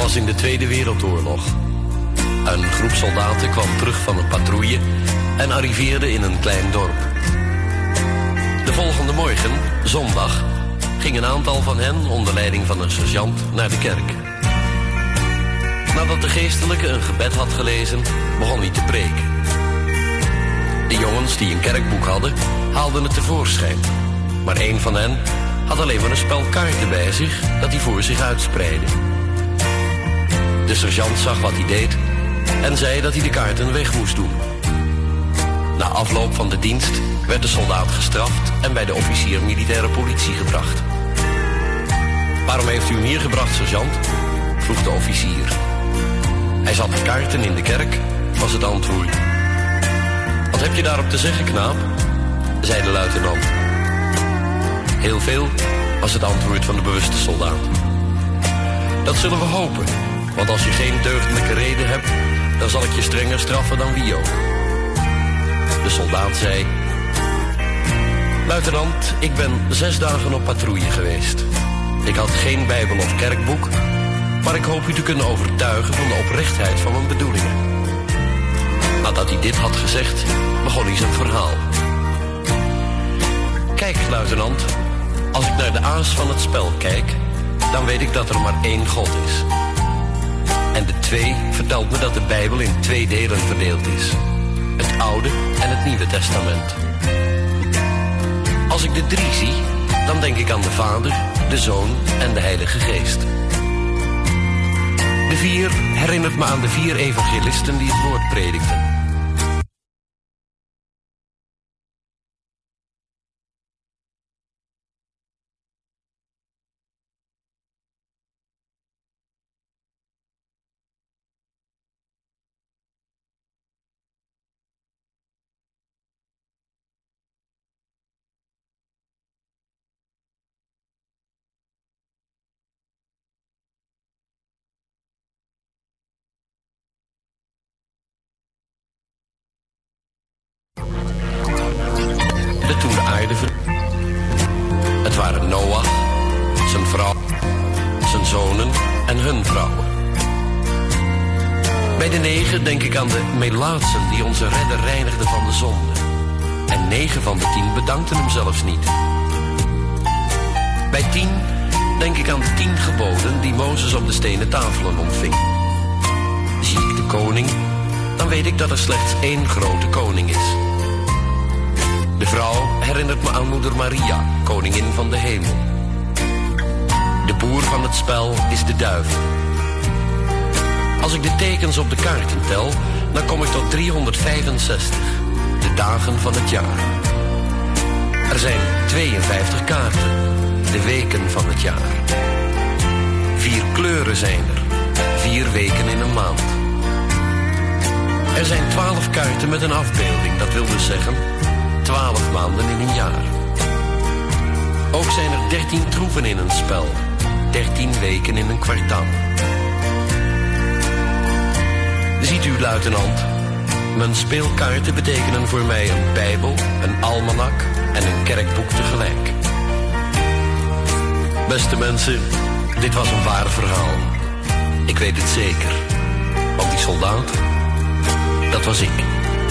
was in de Tweede Wereldoorlog. Een groep soldaten kwam terug van een patrouille en arriveerde in een klein dorp. De volgende morgen, zondag, ging een aantal van hen onder leiding van een sergeant naar de kerk. Nadat de geestelijke een gebed had gelezen, begon hij te preken. De jongens die een kerkboek hadden, haalden het tevoorschijn. Maar één van hen had alleen maar een spel kaarten bij zich dat hij voor zich uitspreidde. De sergeant zag wat hij deed en zei dat hij de kaarten weg moest doen. Na afloop van de dienst werd de soldaat gestraft en bij de officier militaire politie gebracht. Waarom heeft u hem hier gebracht, sergeant? Vroeg de officier. Hij zat met kaarten in de kerk, was het antwoord. Wat heb je daarop te zeggen, knaap? Zei de luitenant. Heel veel, was het antwoord van de bewuste soldaat. Dat zullen we hopen, want als je geen deugdelijke reden hebt, dan zal ik je strenger straffen dan wie ook. De soldaat zei: luitenant, ik ben 6 dagen op patrouille geweest. Ik had geen bijbel of kerkboek, maar ik hoop u te kunnen overtuigen van de oprechtheid van mijn bedoelingen. Nadat hij dit had gezegd, begon hij zijn verhaal. Kijk, luitenant, als ik naar de aas van het spel kijk, dan weet ik dat er maar 1 God is. En de 2 vertelt me dat de Bijbel in 2 delen verdeeld is. Het Oude en het Nieuwe Testament. Als ik de 3 zie, dan denk ik aan de Vader, de Zoon en de Heilige Geest. De 4 herinnert me aan de 4 evangelisten die het woord predikten. Toen de aarde Het waren Noach, zijn vrouw, zijn zonen en hun vrouwen. Bij de 9 denk ik aan de Melaatsen die onze redder reinigden van de zonde. En 9 van de 10 bedankten hem zelfs niet. Bij 10 denk ik aan de 10 geboden die Mozes op de stenen tafelen ontving. Zie ik de koning, dan weet ik dat er slechts 1 grote koning is. De vrouw herinnert me aan moeder Maria, koningin van de hemel. De boer van het spel is de duivel. Als ik de tekens op de kaarten tel, dan kom ik tot 365, de dagen van het jaar. Er zijn 52 kaarten, de weken van het jaar. 4 kleuren zijn er, 4 weken in een maand. Er zijn 12 kaarten met een afbeelding, dat wil dus zeggen 12 maanden in een jaar. Ook zijn er 13 troeven in een spel, 13 weken in een kwartaal. Ziet u, luitenant, mijn speelkaarten betekenen voor mij een bijbel, een almanak en een kerkboek tegelijk. Beste mensen, dit was een waar verhaal. Ik weet het zeker, want die soldaat, dat was ik.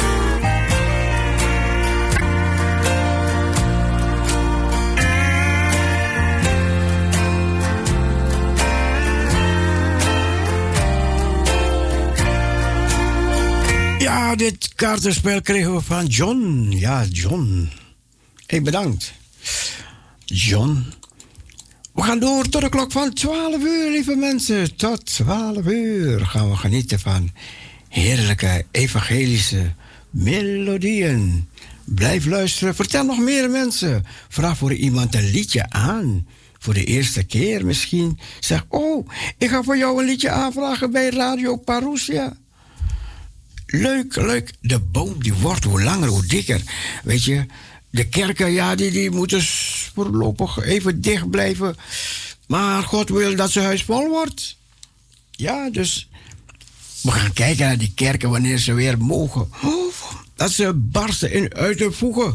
Ja, dit kaartenspel kregen we van John. Ja, John. Hey, bedankt. John. We gaan door tot de klok van 12 uur, lieve mensen. Tot 12 uur gaan we genieten van heerlijke evangelische melodieën. Blijf luisteren. Vertel nog meer mensen. Vraag voor iemand een liedje aan. Voor de eerste keer misschien. Zeg, oh, ik ga voor jou een liedje aanvragen bij Radio Parousia. Leuk, leuk. De boom die wordt hoe langer, hoe dikker. Weet je, de kerken, ja, die moeten voorlopig even dicht blijven. Maar God wil dat zijn huis vol wordt. Ja, dus we gaan kijken naar die kerken wanneer ze weer mogen. Oh, dat ze barsten in uit de voegen.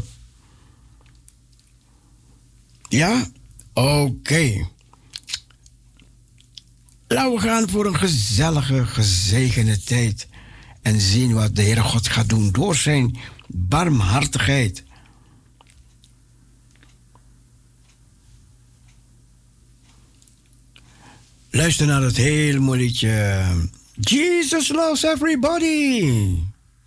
Ja, oké. Laten we gaan voor een gezellige, gezegende tijd. En zien wat de Heere God gaat doen door zijn barmhartigheid. Luister naar het heel mooi liedje. Jesus loves everybody.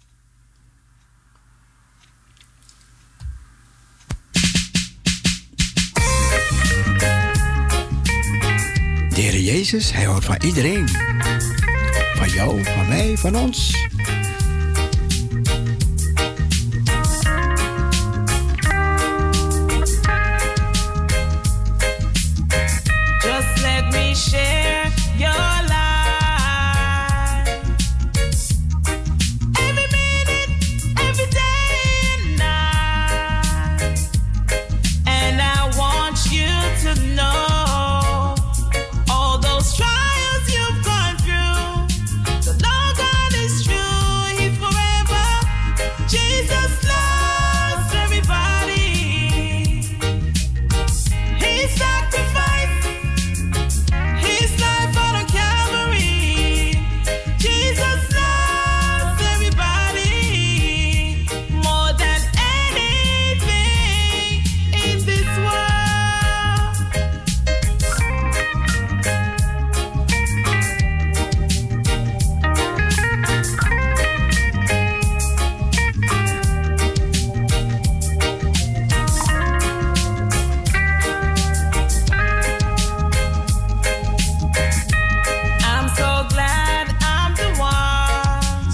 De Heer Jezus, hij houdt van iedereen. Van jou, van mij, van ons. Just let me share your life. Every minute, every day and night. And I want you to know all those trials you've gone through. The Lord God is true, He's forever. Jesus loves everybody. He sacrificed His life on Calvary. Jesus loves everybody more than anything in this world. I'm so glad I'm the one.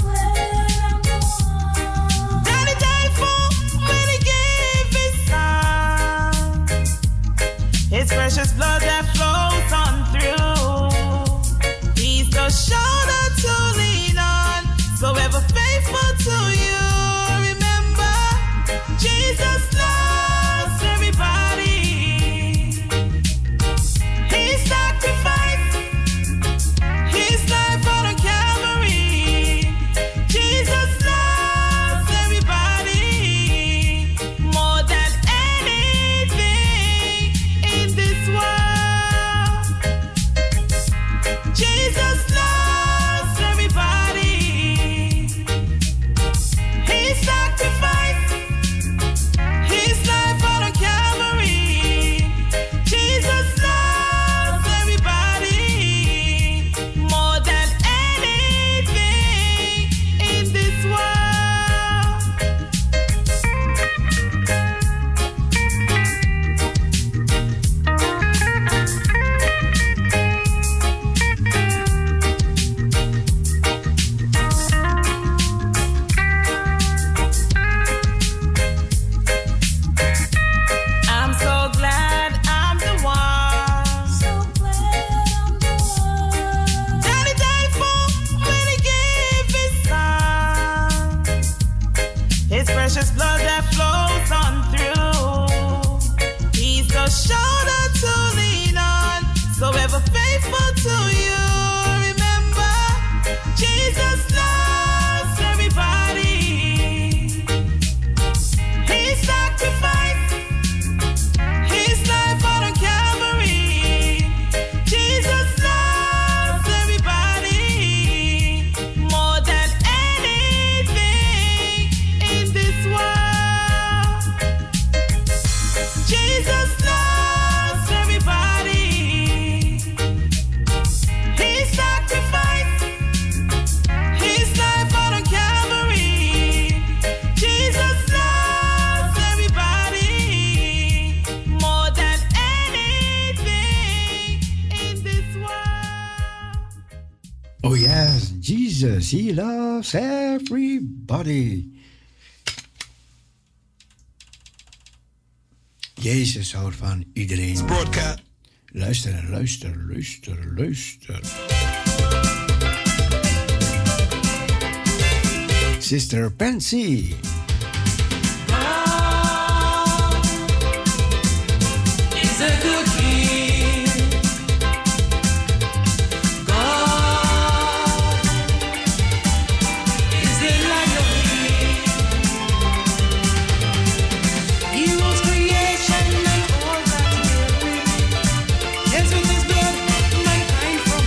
That He died for when He gave His Son. His precious blood that flows on through. He's the shoulder to lean on, so ever faithful to you. Remember, Jesus loves everybody. He sacrificed His life on Calvary. Jesus loves everybody more than anything in this world. Jesus loves everybody. He sacrificed His life on Calvary. Jesus loves everybody more than anything in this world. I'm so glad I'm the one. That He died for when He gave His Son. His precious blood that flows on through. He's the shoulder to lean on, so ever faithful to you. Remember, Jesus loves everybody. He sacrificed His life on Calvary. Jesus loves everybody more than anything in this world. Jesus loves everybody. He sacrificed His life on Calvary. Jesus loves everybody more than anything in this world. Oh yes, Jesus, he loves everybody. Jezus houdt van iedereen. Broadcast. Luister, luister, luister, luister. Sister Pansy. Is a good king. God is the light of me. He was creation and all that he did. Yes, with His blood, mankind from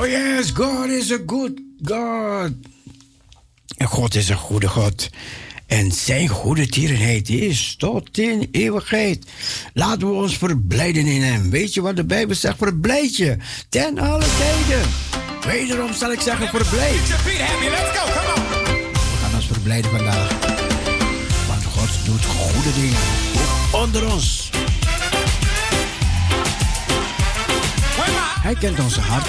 Oh yes, God is a good God. En God is een goede God. En zijn goede tierenheid is tot in eeuwigheid. Laten we ons verblijden in hem. Weet je wat de Bijbel zegt? Verblijd je ten alle tijden. Wederom zal ik zeggen verblijd. We gaan ons verblijden vandaag. Want God doet goede dingen. Ook onder ons. Hij kent onze hart.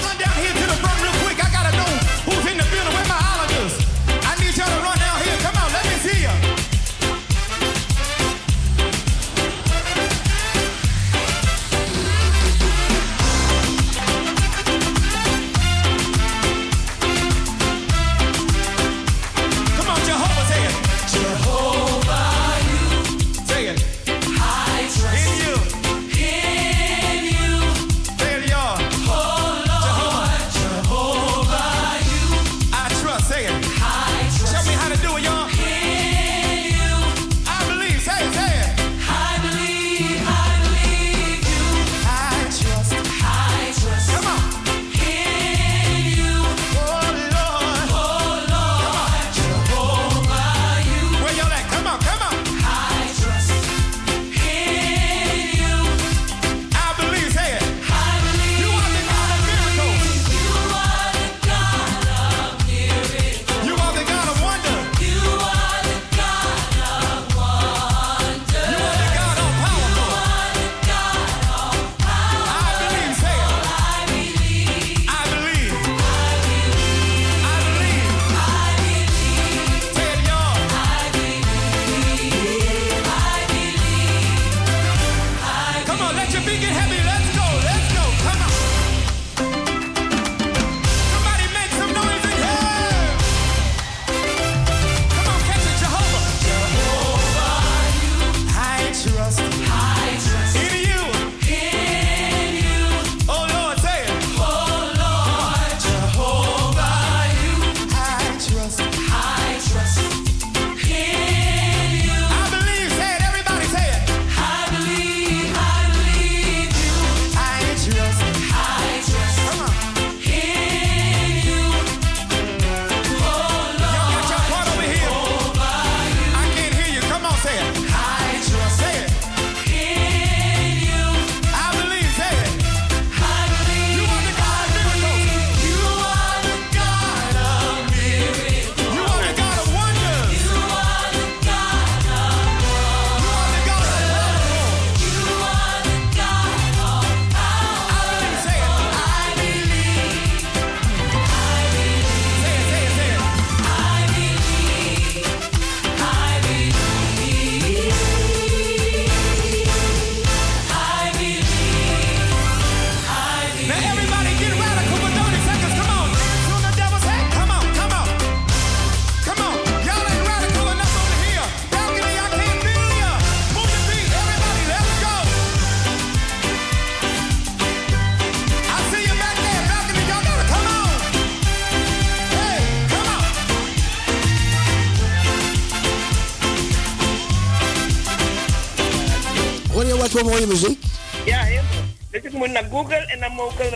Voor mooie muziek? Ja, heel goed. Dus ik moet naar Google en naar Mokum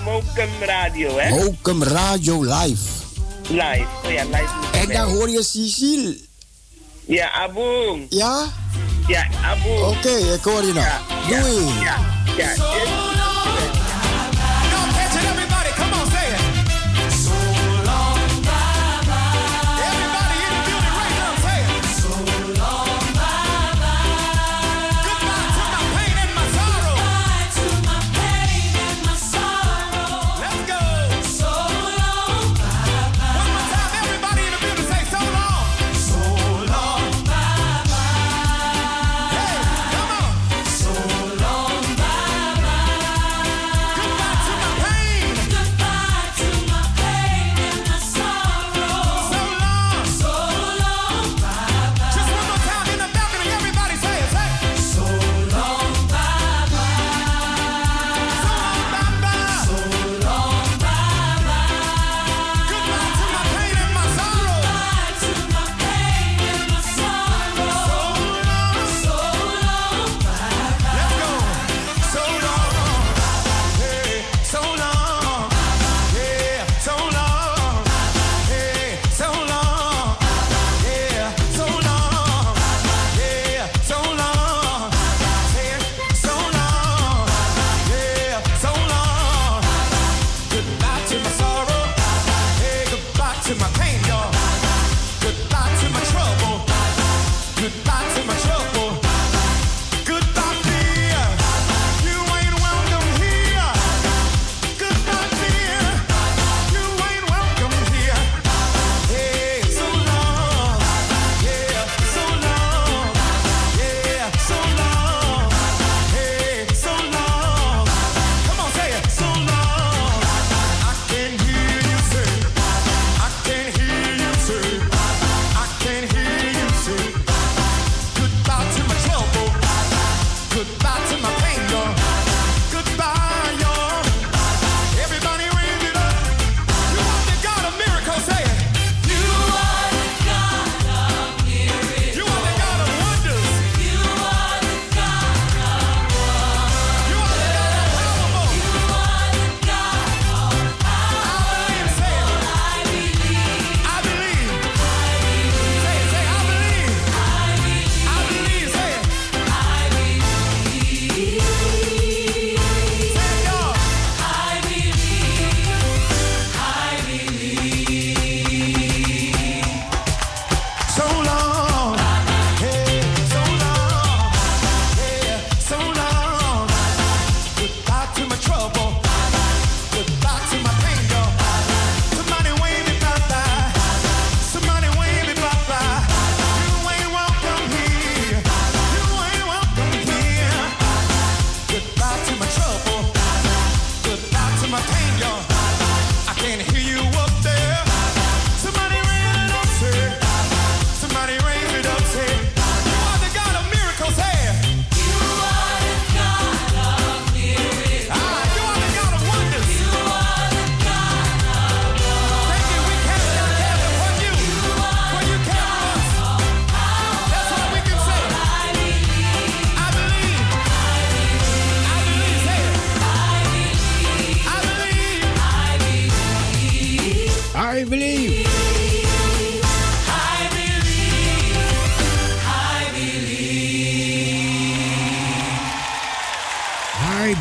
Radio, hè? Mokum Radio live. Live, oh ja, live. En dan hoor je Cecile. Ja, Aboom. Ja? Ja, Aboom. Oké, ik hoor je nog. Ja, doei. Ja, ja. Bye.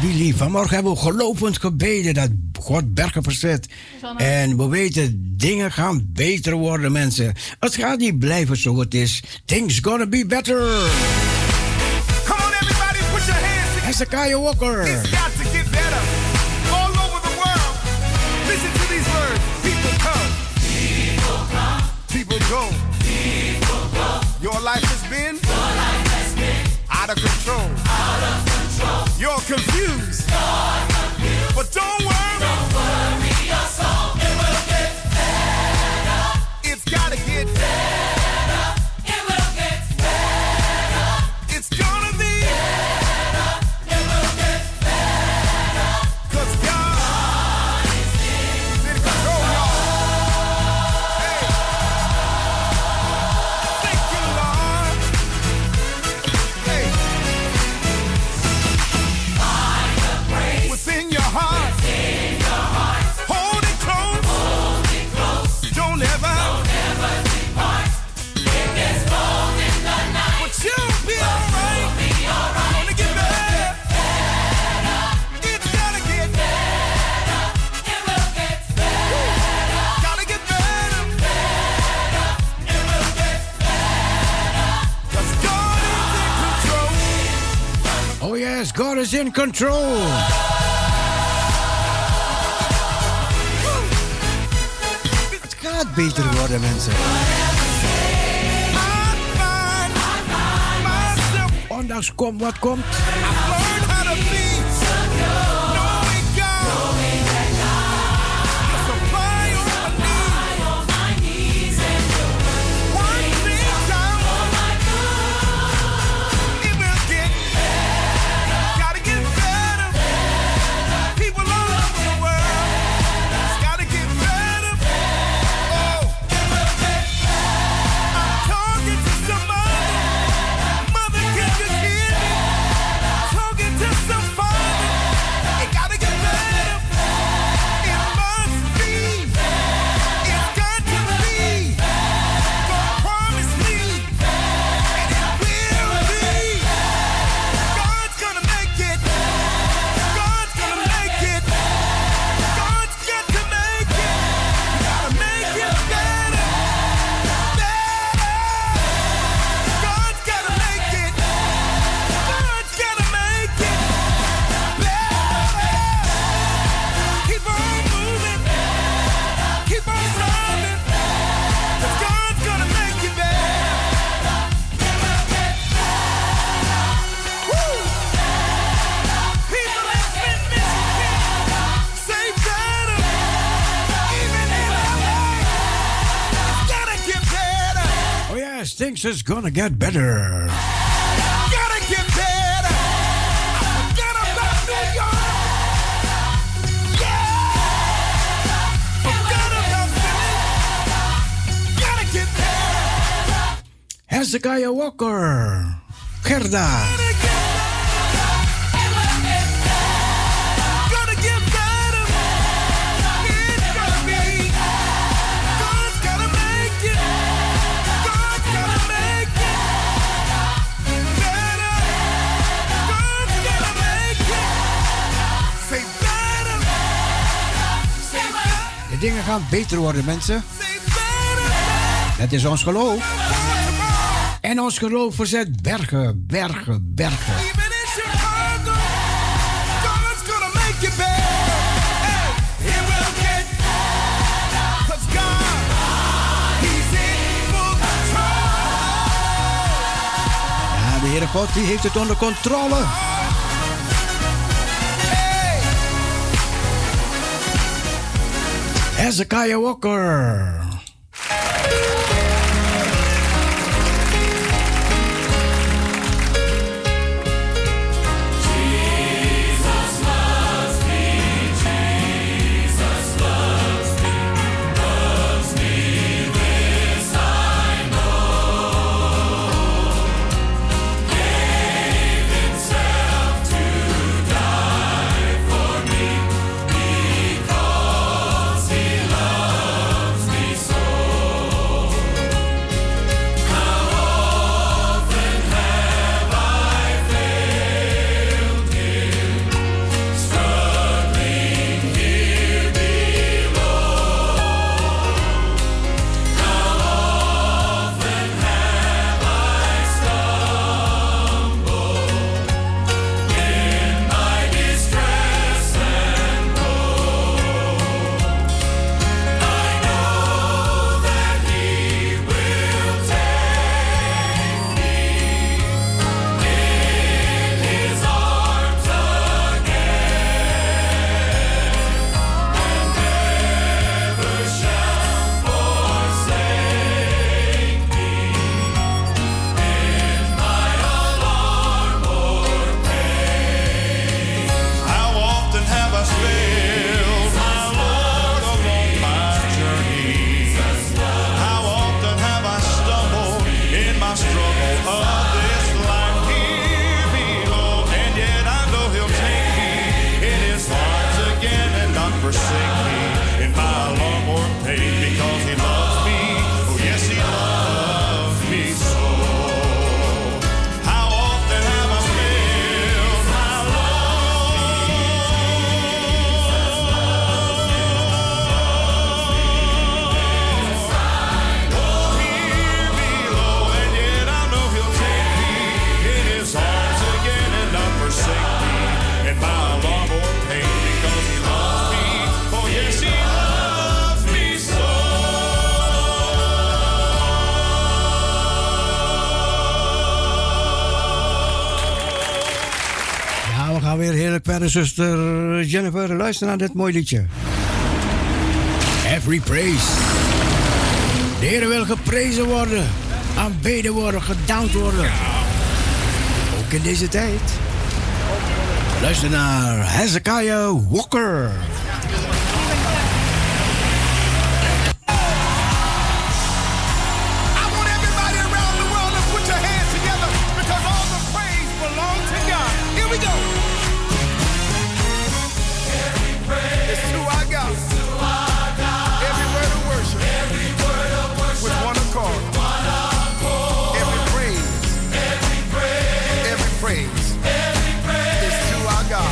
Willy. Vanmorgen hebben we gelovend gebeden dat God bergen verzet. En we weten, dingen gaan beter worden, mensen. Het gaat niet blijven zo het is. Things gonna be better. Come on, everybody, put your hands together. Hezekiah Walker. It's got to get better. All over the world. Listen to these words. People come. People come. People go. People go. Your life has been out of control. Out of control. You're confused. But don't worry. Don't worry your soul. It will get better. It's gotta get better. It will get better. It's gonna be better. It will get better. 'Cause God is in control, y'all. Hey. Thank you, Lord. Hey. Within your heart. Hold it close. Don't ever depart. It gets cold in the night. But you'll be alright. Gonna get better. It's gotta get better. It will get better. Gotta get better. It will get better. 'Cause God is in control. Oh yes, God is in control. Het gaat beter worden, mensen. Ondanks komt wat komt. I've learned how to be secure, knowing God. The supply on my knees and work things out. It will get better. Gotta get better. People all over the world. It's gotta get better. Oh, it will get better. I'm talking to somebody. Mother, can you hear me? Talking to some father. It gotta get better. It must be. It's got to be. God promised me. And it will be. God's gonna make it. God's gonna make it. God's got to make it. Gotta make it better. Better. God's gotta make it. God's gotta make it better. Keep on moving. Keep on driving. 'Cause God's gonna make it better. Woo! People have been missing. Say better. Even in LA. It's gotta get better. Oh yes, things is gonna get better. Gotta get better. Forget about New York. Yeah. Forget about Philly. Gotta get better. Hezekiah Walker. Gerda. Gotta get better. Gotta get better. It's gonna be. God's gotta make it. God's gotta make it better. God's gotta make it. Say better. Say better. De dingen gaan beter worden, mensen. Say better. Dat is ons geloof. Tomorrow. En ons geloof verzet bergen, bergen, bergen. Even in Chicago, God's gonna make it better. Hey, it will get better. 'Cause God, He's in full control. Ja, de Heere God die heeft het onder controle. Hey, Hezekiah Walker. because He loves me so. forsake me in my alarm or pain, because he loves me. Oh yes, he loves me so. How often have I failed my Lord? Oh, hear me, Lord, and yet I know he'll take me in his arms again and not forsake me in my alarm or pain, because he loves me. Oh yes, he loves me so. Ja, we gaan weer heerlijk verder, zuster Jennifer. Luister naar dit mooie liedje. Every praise. De Heer wil geprezen worden, aanbeden worden, gedankt worden. Ook in deze tijd. Luister naar Hezekiah Walker. I want everybody around the world to put your hands together, because all the praise belongs to God. Here we go. Every praise is to our God. Every word of worship. With one accord. Every praise. Every praise. Is to our God.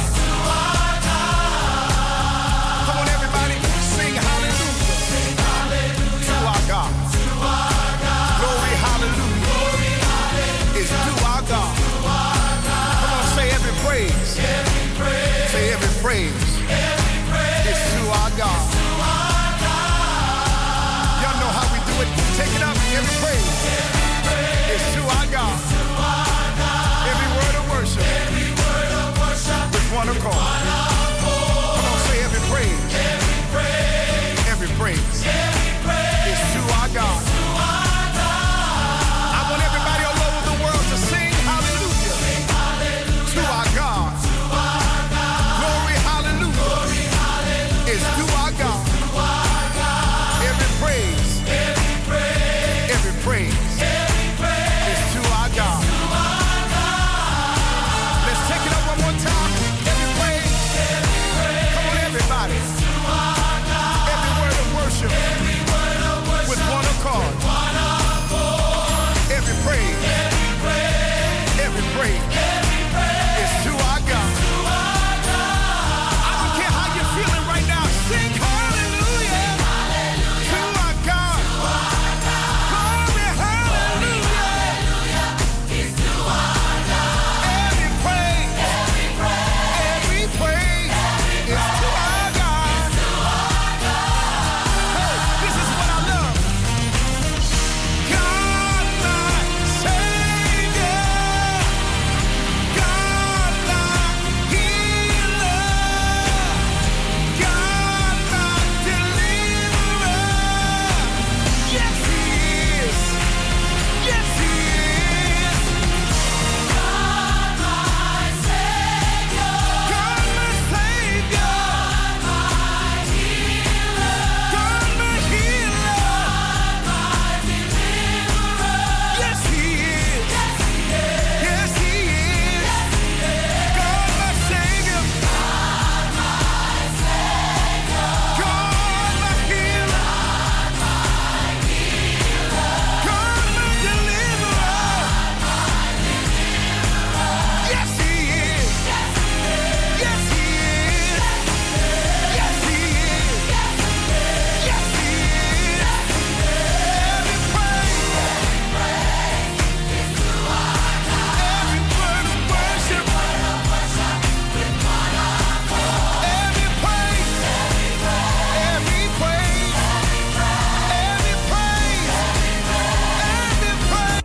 Come on, everybody, sing hallelujah. To our God. Glory, hallelujah. Is to our God. Come on, say every praise. Say every praise. Is to our God. Y'all know how we do it. Take it up. Every praise. Is to our God. Every word of worship. With one accord. Come on, say every praise. Every praise. Is to our God. I want everybody all over the world to sing hallelujah. To our God. Glory, hallelujah. Is to our God. Every praise. Every praise. Is to our God. Let's take it up one more time. Every praise. Come on, everybody. Every word of worship. With one accord. Every praise. Every praise. Is to our God. I don't care how you're feeling right now. Sing hallelujah. To our God. Glory, hallelujah. Every praise. Every praise is to our God. Hey, this is what I love. God, my Savior. God, my healer. God, my deliverer. Yes, He is. Yes, He is. God, my Savior. God, my Savior. God, my healer. Yes, He is. Yes, He is. God, my Savior. God, my healer. God, my deliverer. Yes, He is. Yes, He is. Yes, He is. Yes, He is. Every praise. Every word of worship. Every praise. Every praise. Every praise. Every praise.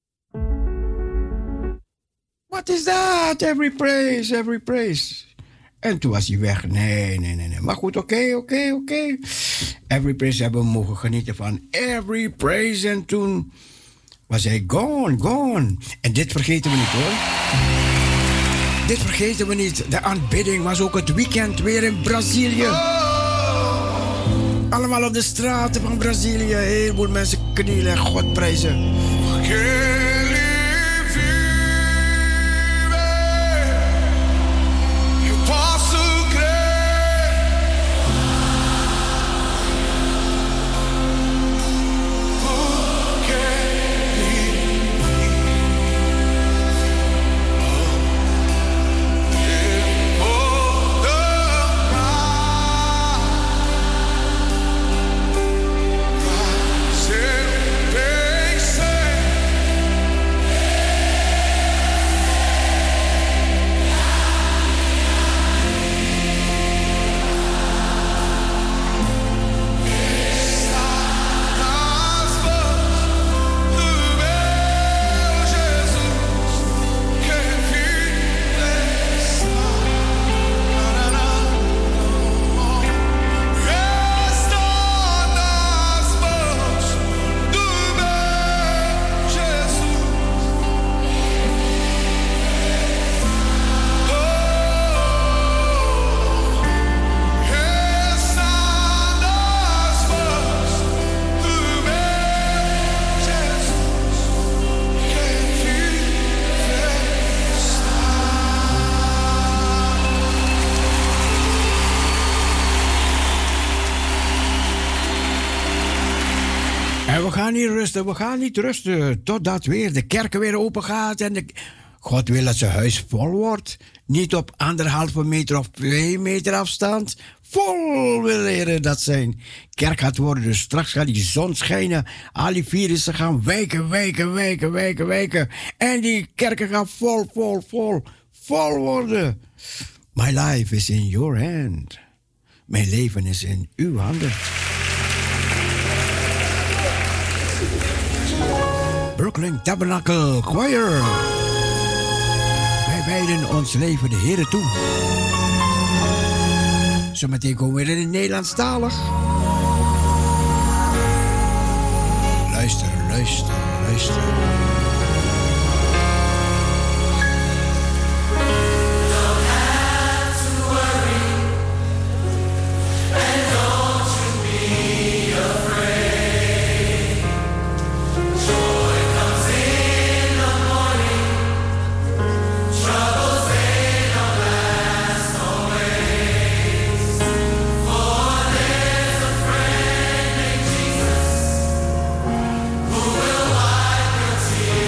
Wat is dat? Every praise, every praise. En toen was hij weg. Nee. Maar goed, oké. Every praise hebben we mogen genieten van. Every praise. En toen was hij gone. En dit vergeten we niet, hoor. Dit vergeten we niet. De aanbidding was ook het weekend weer in Brazilië. Allemaal op de straten van Brazilië. Heel veel mensen knielen en God prijzen. Eu posso crer. we gaan niet rusten. Totdat weer de kerken weer open gaat. En God wil dat zijn huis vol wordt. Niet op 1,5 meter of 2 meter afstand. Vol wil leren dat zijn kerk gaat worden. Dus straks gaat die zon schijnen. Al die virussen gaan wijken. En die kerken gaan vol worden. My life is in your hand. Mijn leven is in uw handen. Brooklyn Tabernacle Choir. Wij wijden ons leven de Heere toe. Zometeen komen we weer in het Nederlandstalig. Luister. Who will wipe your tears?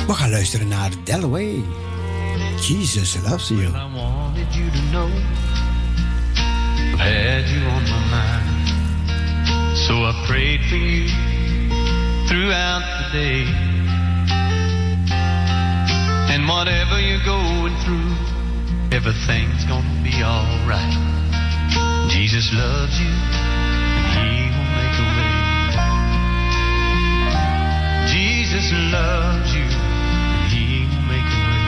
We gaan luisteren naar Delaware. Jesus loves you. I wanted you to know I've had you on my mind. So I prayed for you throughout the day. And whatever you're going through, everything's gonna be alright. Jesus loves you, and He will make a way. Jesus loves you, and He will make a way.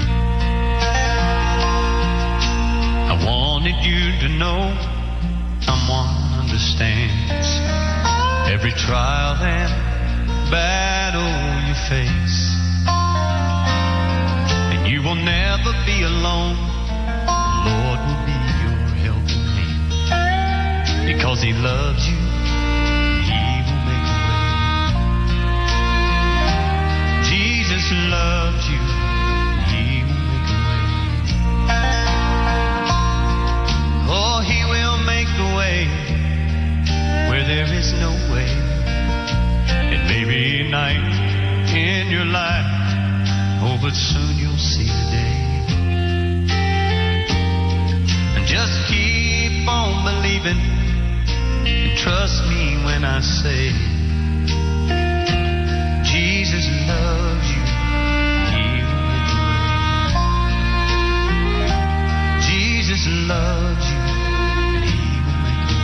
I wanted you to know someone understands every trial and battle you face. And you will never be alone. The Lord will be your helping hand. Because He loves you, He will make a way. Jesus loves you, He will make a way. Oh, He will make a way where there is no way. It may be night in your life, oh, but soon you'll see the day. And just keep on believing and trust me when I say Jesus loves you, He will make a way. Jesus loves you, and He will make a way.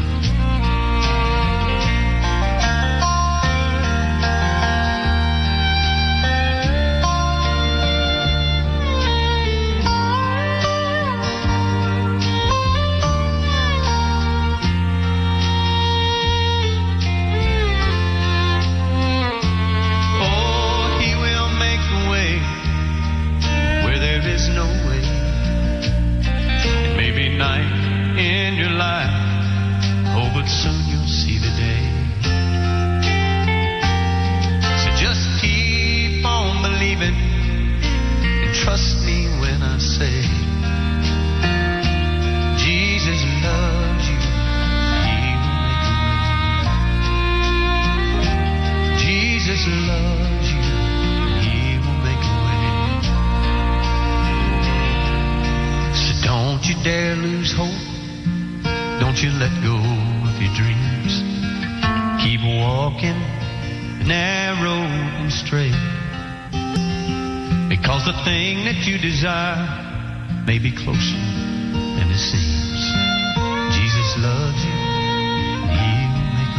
May be closer than it seems. Jesus loves you, He will make a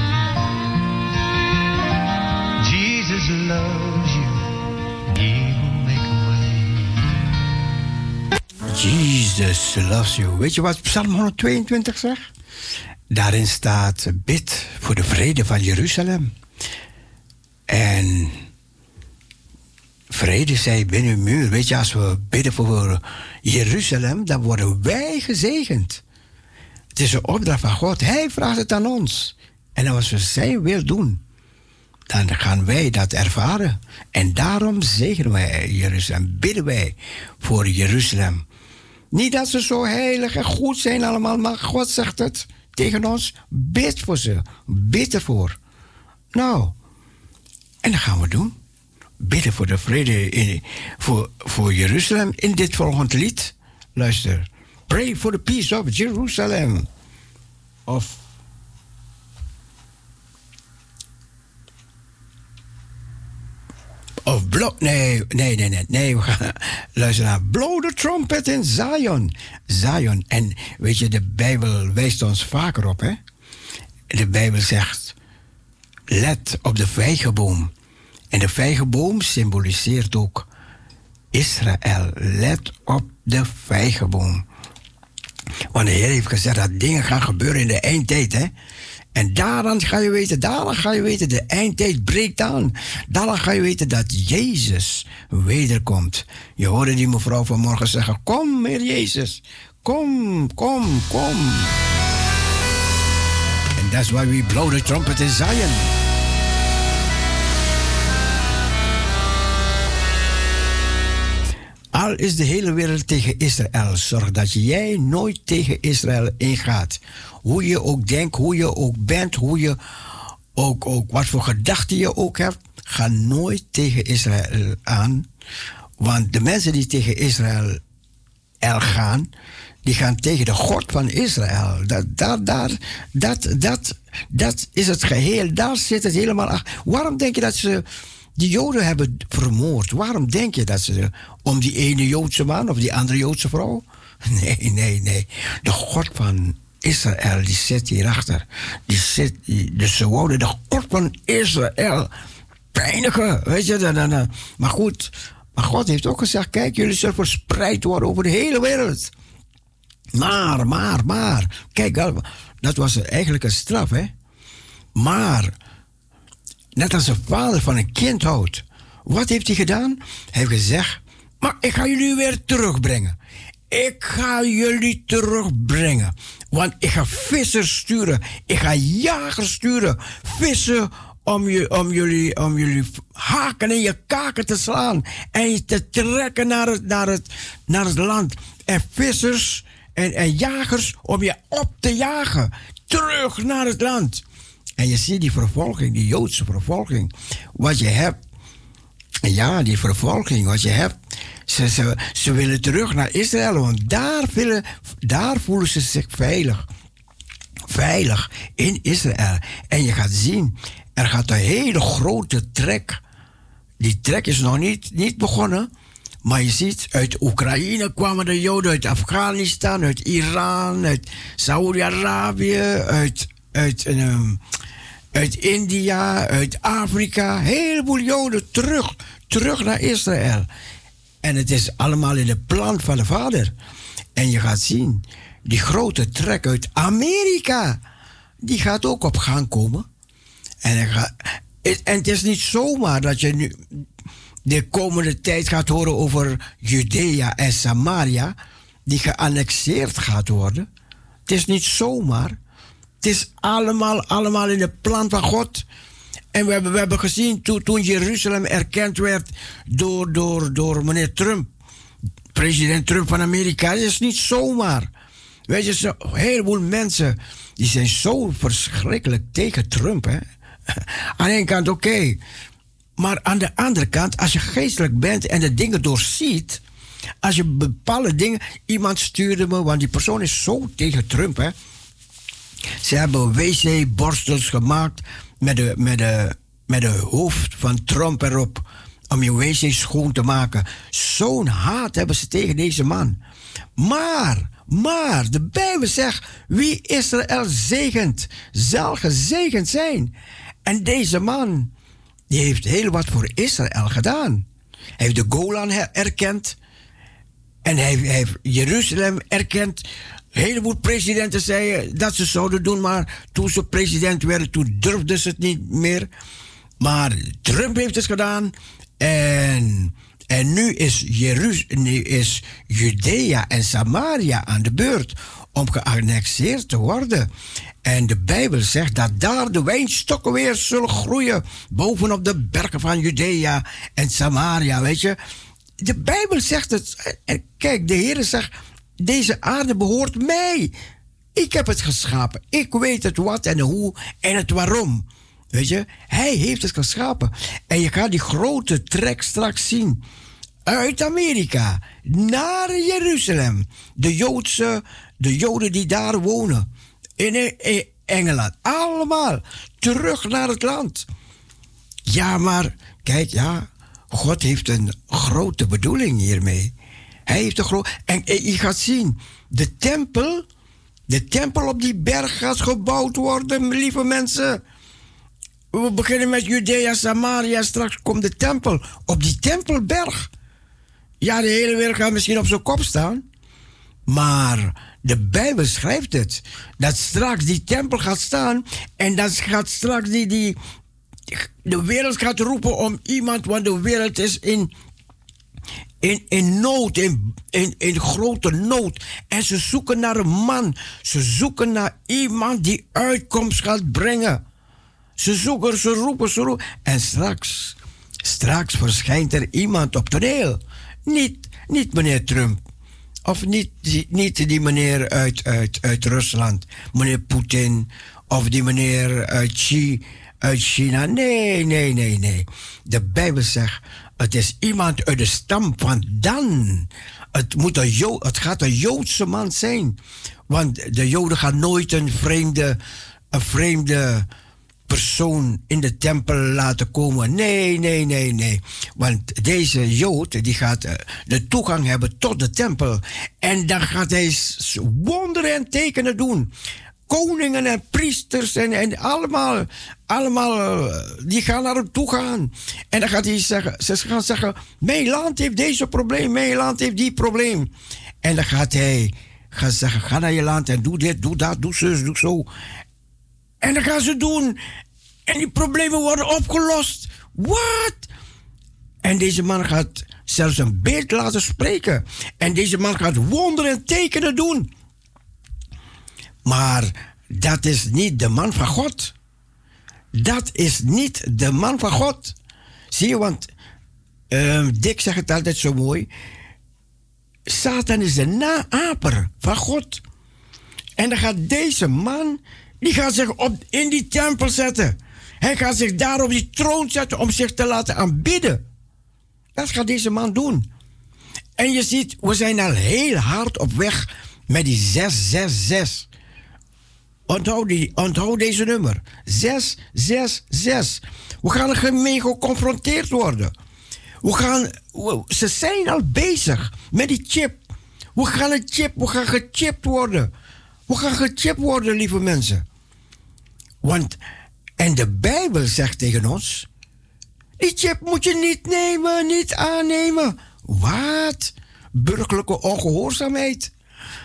way. Jesus loves you, He will make a way. Jesus loves you. Weet je wat Psalm 122 zegt? Daarin staat: bid voor de vrede van Jeruzalem. En vrede zij binnen uw muur. Weet je, als we bidden voor Jeruzalem, dan worden wij gezegend. Het is een opdracht van God. Hij vraagt het aan ons. En als we zijn wil doen, dan gaan wij dat ervaren. En daarom zegenen wij Jeruzalem. Bidden wij voor Jeruzalem. Niet dat ze zo heilig en goed zijn allemaal, maar God zegt het tegen ons. Bid voor ze. Bid ervoor. Nou, en dat gaan we doen. Bidden voor de vrede voor Jeruzalem in dit volgende lied. Luister. Pray for the peace of Jerusalem. Nee. We gaan luisteren naar Blow the Trumpet in Zion. Zion. En weet je, de Bijbel wijst ons vaker op, hè? De Bijbel zegt: let op de vijgenboom. En de vijgenboom symboliseert ook Israël. Let op de vijgenboom. Want de Heer heeft gezegd dat dingen gaan gebeuren in de eindtijd, hè? En daaraan ga je weten, de eindtijd breekt aan. Daaraan ga je weten dat Jezus wederkomt. Je hoorde die mevrouw vanmorgen zeggen: kom, Heer Jezus. Kom. And that's why we blow the trumpet in Zion. Al is de hele wereld tegen Israël, zorg dat jij nooit tegen Israël ingaat. Hoe je ook denkt, hoe je ook bent, hoe je ook wat voor gedachten je ook hebt. ga nooit tegen Israël aan. Want de mensen die tegen Israël gaan, die gaan tegen de God van Israël. Dat is het geheel. Daar zit het helemaal achter. Waarom denk je dat ze die Joden hebben vermoord? Waarom denk je dat ze om die ene Joodse man of die andere Joodse vrouw? Nee. De God van Israël, die zit hierachter. Dus ze wouden de God van Israël pijnigen. Weet je, maar goed. Maar God heeft ook gezegd, kijk, jullie zullen verspreid worden over de hele wereld. Maar. Kijk, dat was eigenlijk een straf, hè. Maar, net als een vader van een kind houdt. Wat heeft hij gedaan? Hij heeft gezegd, maar ik ga jullie weer terugbrengen. Ik ga jullie terugbrengen. Want ik ga vissers sturen. Ik ga jagers sturen. Vissen om jullie haken in je kaken te slaan. En je te trekken naar het land. En vissers en jagers om je op te jagen. Terug naar het land. En je ziet die vervolging, die Joodse vervolging. Wat je hebt. Ja, die vervolging, wat je hebt. Ze willen terug naar Israël, want daar voelen ze zich veilig. Veilig in Israël. En je gaat zien, er gaat een hele grote trek. Die trek is nog niet begonnen. Maar je ziet, uit Oekraïne kwamen de Joden, uit Afghanistan, uit Iran, uit Saoedi-Arabië, uit India, uit Afrika. Een heleboel Joden terug naar Israël. En het is allemaal in de plan van de Vader. En je gaat zien, die grote trek uit Amerika, die gaat ook op gang komen. En het is niet zomaar dat je nu de komende tijd gaat horen over Judea en Samaria, die geannexeerd gaat worden. Het is niet zomaar. Het is allemaal in de plan van God. En we hebben gezien toen Jeruzalem erkend werd door meneer Trump, president Trump van Amerika. Het is niet zomaar. Weet je, een heleboel mensen die zijn zo verschrikkelijk tegen Trump. Hè? Aan de ene kant oké. Maar aan de andere kant, als je geestelijk bent en de dingen doorziet, als je bepaalde dingen. Iemand stuurde me, want die persoon is zo tegen Trump. Hè? Ze hebben wc-borstels gemaakt met de hoofd van Trump erop. Om je wc schoon te maken. Zo'n haat hebben ze tegen deze man. Maar de Bijbel zegt, wie Israël zegent, zal gezegend zijn. En deze man, die heeft heel wat voor Israël gedaan. Hij heeft de Golan erkend. En hij heeft Jeruzalem erkend. Een heleboel presidenten zeiden dat ze zouden doen, maar toen ze president werden, toen durfden ze het niet meer. Maar Trump heeft het gedaan. En nu is Judea en Samaria aan de beurt om geannexeerd te worden. En de Bijbel zegt dat daar de wijnstokken weer zullen groeien bovenop de bergen van Judea en Samaria, weet je. De Bijbel zegt het. En kijk, de Heer zegt, deze aarde behoort mij. Ik heb het geschapen. Ik weet het wat en hoe en het waarom. Weet je, hij heeft het geschapen. En je gaat die grote trek straks zien. Uit Amerika naar Jeruzalem. De Joden die daar wonen. In Engeland. Allemaal terug naar het land. Ja, maar kijk, ja, God heeft een grote bedoeling hiermee. Hij heeft een grote. En je gaat zien, de tempel op die berg gaat gebouwd worden, lieve mensen. We beginnen met Judea, Samaria. Straks komt de tempel op die tempelberg. Ja, de hele wereld gaat misschien op zijn kop staan. Maar de Bijbel schrijft het. Dat straks die tempel gaat staan. En dat gaat straks de wereld gaat roepen om iemand. Want de wereld is in nood. In grote nood. En ze zoeken naar een man. Ze zoeken naar iemand die uitkomst gaat brengen. Ze roepen. En straks verschijnt er iemand op toneel. Niet meneer Trump. Of niet die meneer uit Rusland. Meneer Poetin. Of die meneer Xi uit China. Nee. De Bijbel zegt, het is iemand uit de stam van Dan. Het gaat een Joodse man zijn. Want de Joden gaan nooit een vreemde persoon in de tempel laten komen. Nee. Want deze Jood, die gaat de toegang hebben tot de tempel. En dan gaat hij wonderen en tekenen doen. Koningen en priesters en allemaal die gaan naar hem toe gaan. En dan gaat hij zeggen, ze gaan zeggen, mijn land heeft deze probleem, mijn land heeft die probleem. En dan gaat hij zeggen, ga naar je land en doe dit, doe dat, doe zus, doe zo. En dan gaan ze doen. En die problemen worden opgelost. Wat? En deze man gaat zelfs een beeld laten spreken. En deze man gaat wonderen en tekenen doen. Maar dat is niet de man van God. Dat is niet de man van God. Zie je, want Dick zegt het altijd zo mooi. Satan is de naaper van God. En dan gaat deze man, die gaat zich in die tempel zetten. Hij gaat zich daar op die troon zetten om zich te laten aanbidden. Dat gaat deze man doen. En je ziet, we zijn al heel hard op weg met die 666. Onthoud deze nummer. 666. We gaan ermee geconfronteerd worden. Ze zijn al bezig met die chip. We gaan gechipt worden. We gaan gechipt worden, lieve mensen. En de Bijbel zegt tegen ons, die chip moet je niet nemen, niet aannemen. Wat? Burgerlijke ongehoorzaamheid.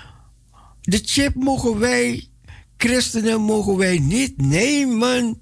De chip mogen wij, christenen, mogen wij niet nemen.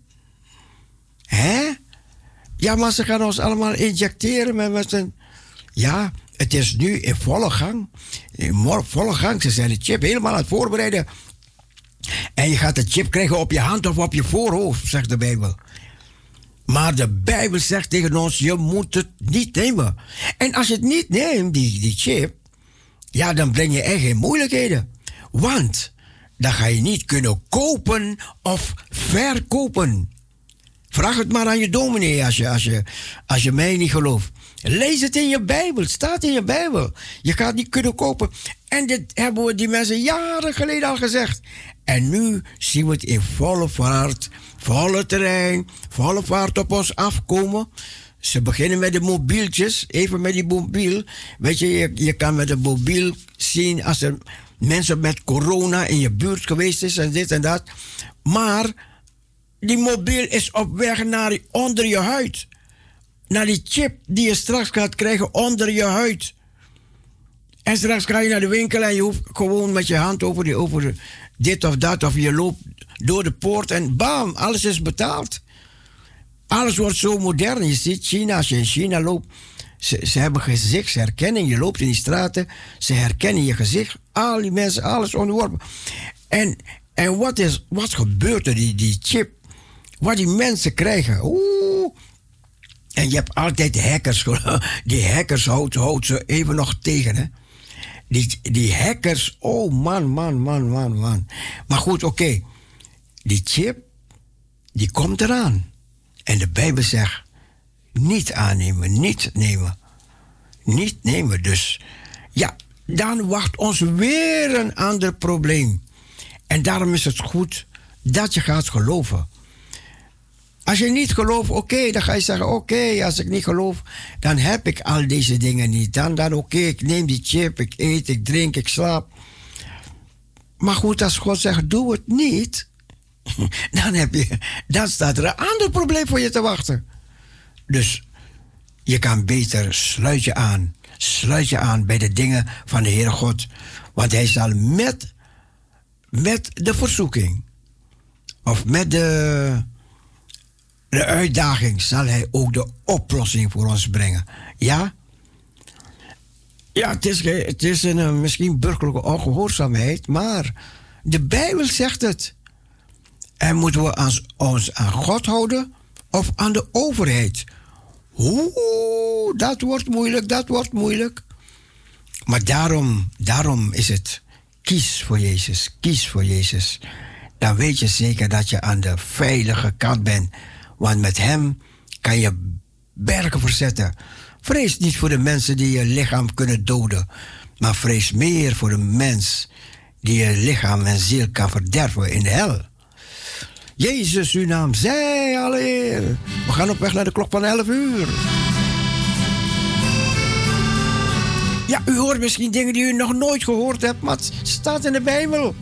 Hè? Ja, maar ze gaan ons allemaal injecteren met een... Ja, het is nu in volle gang. In volle gang. Ze zijn de chip helemaal aan het voorbereiden. En je gaat de chip krijgen op je hand of op je voorhoofd, zegt de Bijbel. Maar de Bijbel zegt tegen ons, je moet het niet nemen. En als je het niet neemt, die chip, ja, dan breng je echt in moeilijkheden. Want dan ga je niet kunnen kopen of verkopen. Vraag het maar aan je dominee als je mij niet gelooft. Lees het in je Bijbel, het staat in je Bijbel. Je gaat niet kunnen kopen. En dit hebben we die mensen jaren geleden al gezegd. En nu zien we het in volle vaart, volle terrein, volle vaart op ons afkomen. Ze beginnen met de mobieltjes, even met die mobiel. Weet je kan met de mobiel zien als er mensen met corona in je buurt geweest is en dit en dat. Maar die mobiel is op weg naar onder je huid. Naar die chip die je straks gaat krijgen onder je huid. En straks ga je naar de winkel en je hoeft gewoon met je hand over dit of dat. Of je loopt door de poort en bam, alles is betaald. Alles wordt zo modern. Je ziet China, als je in China loopt, ze hebben gezichtsherkenning. Je loopt in die straten, ze herkennen je gezicht. Al die mensen, alles onderworpen. En wat gebeurt er, die chip? Wat die mensen krijgen. Oeh. En je hebt altijd hackers. Die hackers houdt ze even nog tegen, hè. Die hackers, oh man. Maar goed, oké. Die chip, die komt eraan. En de Bijbel zegt, niet aannemen, niet nemen. Niet nemen, dus. Ja, dan wacht ons weer een ander probleem. En daarom is het goed dat je gaat geloven. Als je niet gelooft, oké, dan ga je zeggen, oké, als ik niet geloof, dan heb ik al deze dingen niet. Dan oké, ik neem die chip, ik eet, ik drink, ik slaap. Maar goed, als God zegt, doe het niet, dan staat er een ander probleem voor je te wachten. Dus je kan beter sluit je aan bij de dingen van de Heere God. Want hij zal met de verzoeking, of met de uitdaging, zal hij ook de oplossing voor ons brengen. Ja? Ja, het is een misschien burgerlijke ongehoorzaamheid, maar de Bijbel zegt het. En moeten we ons aan God houden of aan de overheid? Dat wordt moeilijk. Maar daarom is het, kies voor Jezus. Dan weet je zeker dat je aan de veilige kant bent. Want met hem kan je bergen verzetten. Vrees niet voor de mensen die je lichaam kunnen doden. Maar vrees meer voor de mens die je lichaam en ziel kan verderven in de hel. Jezus, uw naam zij alleer. We gaan op weg naar de klok van 11 uur. Ja, u hoort misschien dingen die u nog nooit gehoord hebt, maar het staat in de Bijbel.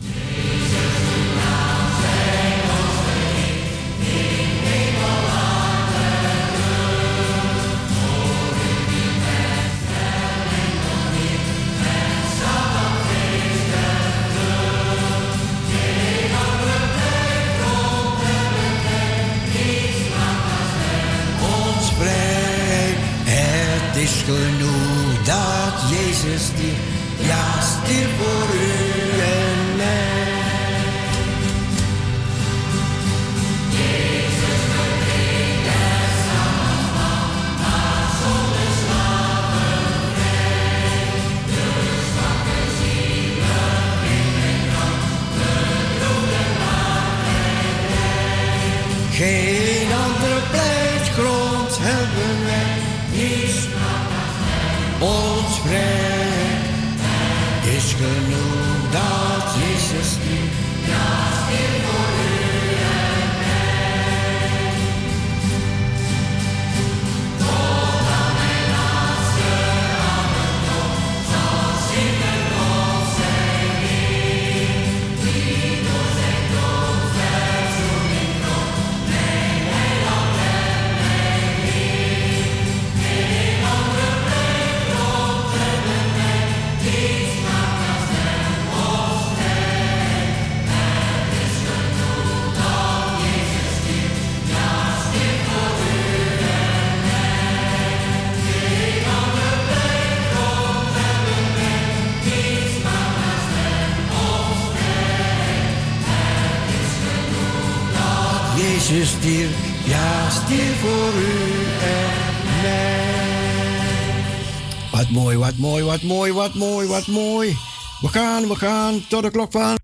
Het is genoeg dat Jezus stierf, ja, stierf voor u en mij. Jezus verdient het allemaal, maar zonder slavernij. De zwakke zielen in de kramp, bedroefde maagdij. Geen andere pleitgrond hebben wij. Ons vrij is genoeg dat Jezus stierf, ja, stierf voor u en mij. Tot aan mijn laatste ademtocht zal zingen op zijn Heer, die door zijn dood verzoening trok, mijn heiland en mijn Heer. Geen andere Jezus stierf, ja, stierf voor u en mij. Wat mooi, wat mooi, wat mooi, wat mooi, wat mooi. We gaan tot de klok van.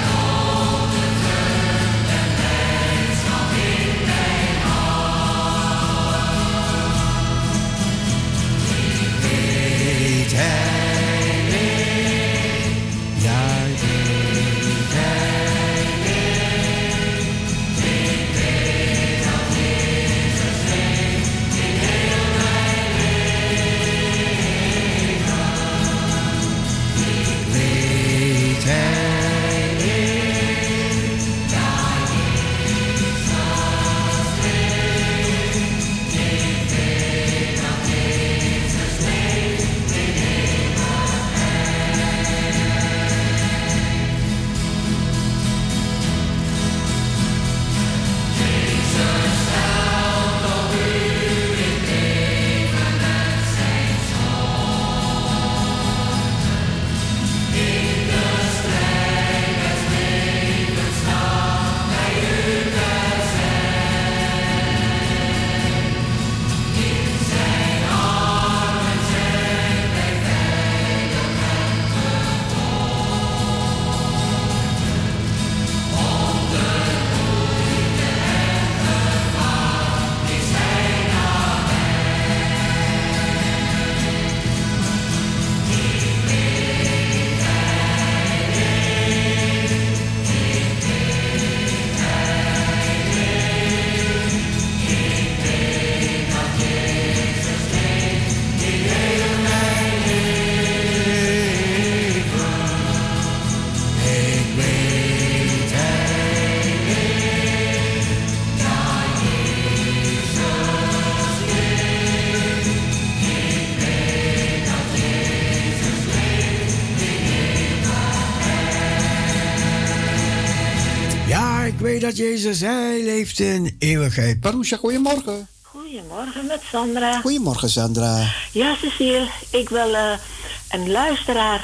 Dat Jezus, hij leeft in eeuwigheid. Parousia, goedemorgen. Goedemorgen met Sandra. Goedemorgen, Sandra. Ja, Cecile, ik wil een luisteraar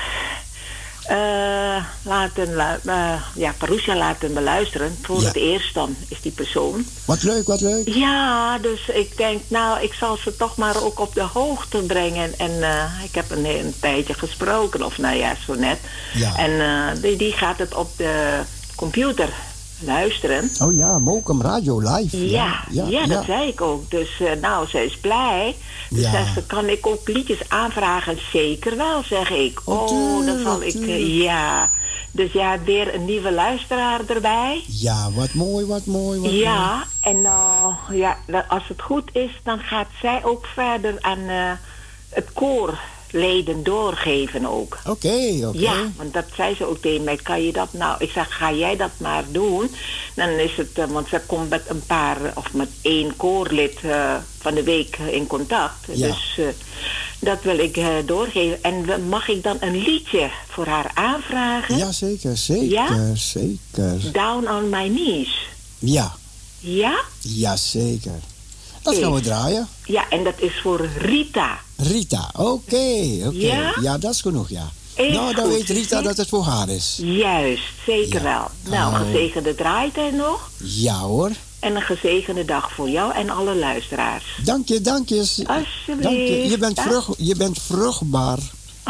Parousia laten beluisteren. Voor het eerst dan is die persoon. Wat leuk, wat leuk. Ja, dus ik denk, nou, ik zal ze toch maar ook op de hoogte brengen. En ik heb een tijdje gesproken, of nou ja, zo net. Ja. En die gaat het op de computer luisteren. Oh ja, Mokum Radio Live. Ja, dat zei ik ook. Dus nou, ze is blij. Dus zegt ze, kan ik ook liedjes aanvragen? Zeker wel, zeg ik. Oh, dan zal ik... ja. Dus ja, weer een nieuwe luisteraar erbij. Ja, wat mooi, wat mooi. Ja, en als het goed is, dan gaat zij ook verder aan het koorleden doorgeven ook. Oké. Ja, want dat zei ze ook tegen mij. Kan je dat nou? Ik zeg, ga jij dat maar doen? Dan is het, want ze komt met een paar, of met 1 koorlid van de week in contact. Ja. Dus dat wil ik doorgeven. En mag ik dan een liedje voor haar aanvragen? Ja, zeker. Down on my knees. Ja. Ja? Ja, zeker. Dat gaan we draaien. Ja, en dat is voor Rita. Rita, oké. Ja? Ja, dat is genoeg, ja. Dan weet Rita dat het voor haar is. Juist, zeker wel. Nou, gezegende draait nog. Ja hoor. En een gezegende dag voor jou en alle luisteraars. Dank je. Alsjeblieft. Dank je. Je bent vruchtbaar.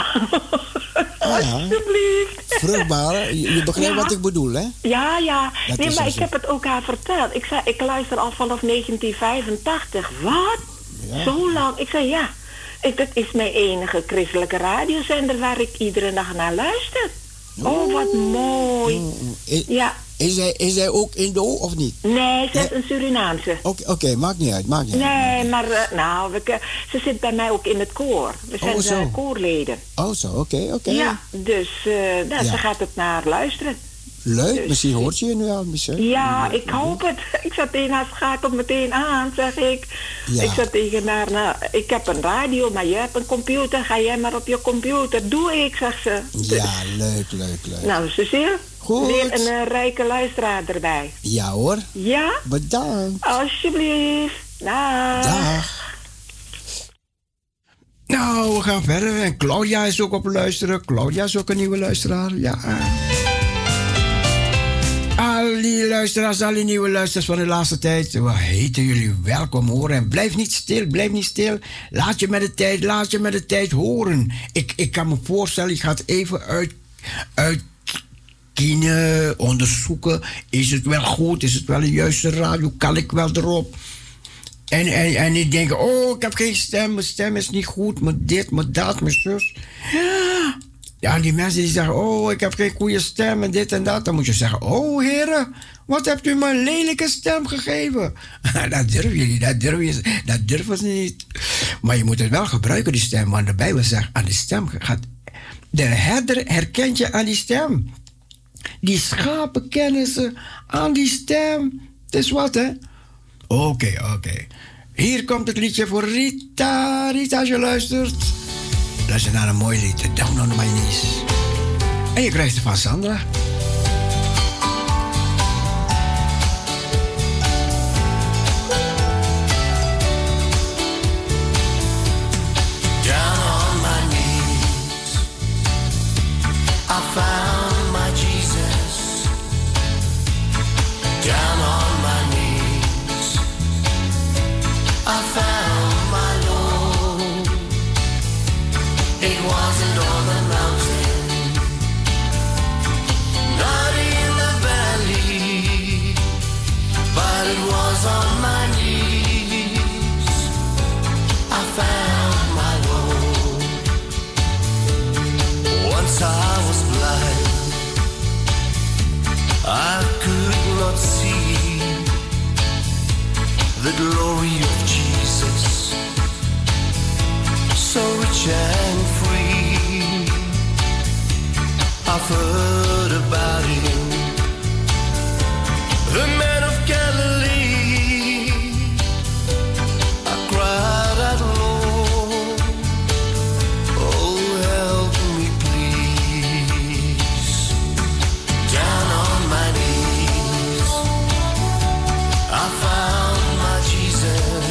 Alsjeblieft. Vruchtbaar. Je begrijpt wat ik bedoel, hè? Ja. Dat nee, maar ik zo. heb het ook haar verteld. Ik zei, ik luister al vanaf 1985. Wat? Ja. Zo lang? Ik zei, ja. Dat is mijn enige christelijke radiozender waar ik iedere dag naar luister. Oh, wat mooi. Ja. Is hij ook Indo of niet? Nee, ze is een Surinaamse. Oké, maakt niet uit. Nee, maar ze zit bij mij ook in het koor. We zijn koorleden. Oh zo, oké. Ja, dus ze gaat het naar luisteren. Leuk, dus, misschien hoort je je nu al, misschien. Ja, ik hoop het. Ik zat tegen haar, schakelt meteen aan, zeg ik. Ja. Ik zat tegen haar, nou, ik heb een radio, maar jij hebt een computer. Ga jij maar op je computer. Doe ik, zegt ze. Ja, leuk. Nou, Cecile, goed. Weer een rijke luisteraar erbij. Ja hoor. Ja? Bedankt. Alsjeblieft. Dag. Nou, we gaan verder. En Claudia is ook op luisteren. Claudia is ook een nieuwe luisteraar. Ja. Al die luisteraars, al die nieuwe luisteraars van de laatste tijd. We heten jullie welkom hoor. En blijf niet stil. Laat je met de tijd horen. Ik kan me voorstellen, ik ga het even uitkiezen, onderzoeken. Is het wel goed? Is het wel de juiste radio? Kan ik wel erop? En niet denken, oh, ik heb geen stem. Mijn stem is niet goed. Mijn dit, mijn dat, mijn zus. Ja, die mensen die zeggen, oh, ik heb geen goede stem en dit en dat. Dan moet je zeggen, oh, heren, wat hebt u me een lelijke stem gegeven? Dat durven ze niet. Maar je moet het wel gebruiken, die stem. Want de Bijbel zegt, aan de stem gaat... De herder herkent je aan die stem. Die schapen kennen ze aan die stem. Het is wat, hè? Oké. Hier komt het liedje voor Rita. Rita, als je luistert. Luister naar een mooi lied. Down on my knees. En je krijgt het van Sandra. Down on my knees, I found my Jesus. Down on my knees, I found my Lord. It wasn't on the mountain, not in the valley, but it was on my knees. I found my Lord. Once I was blind, I could not see the glory of Jesus, so rich and free. I've heard about him, the man of Galilee. I cried out, Lord, oh help me please. Down on my knees, I found my Jesus.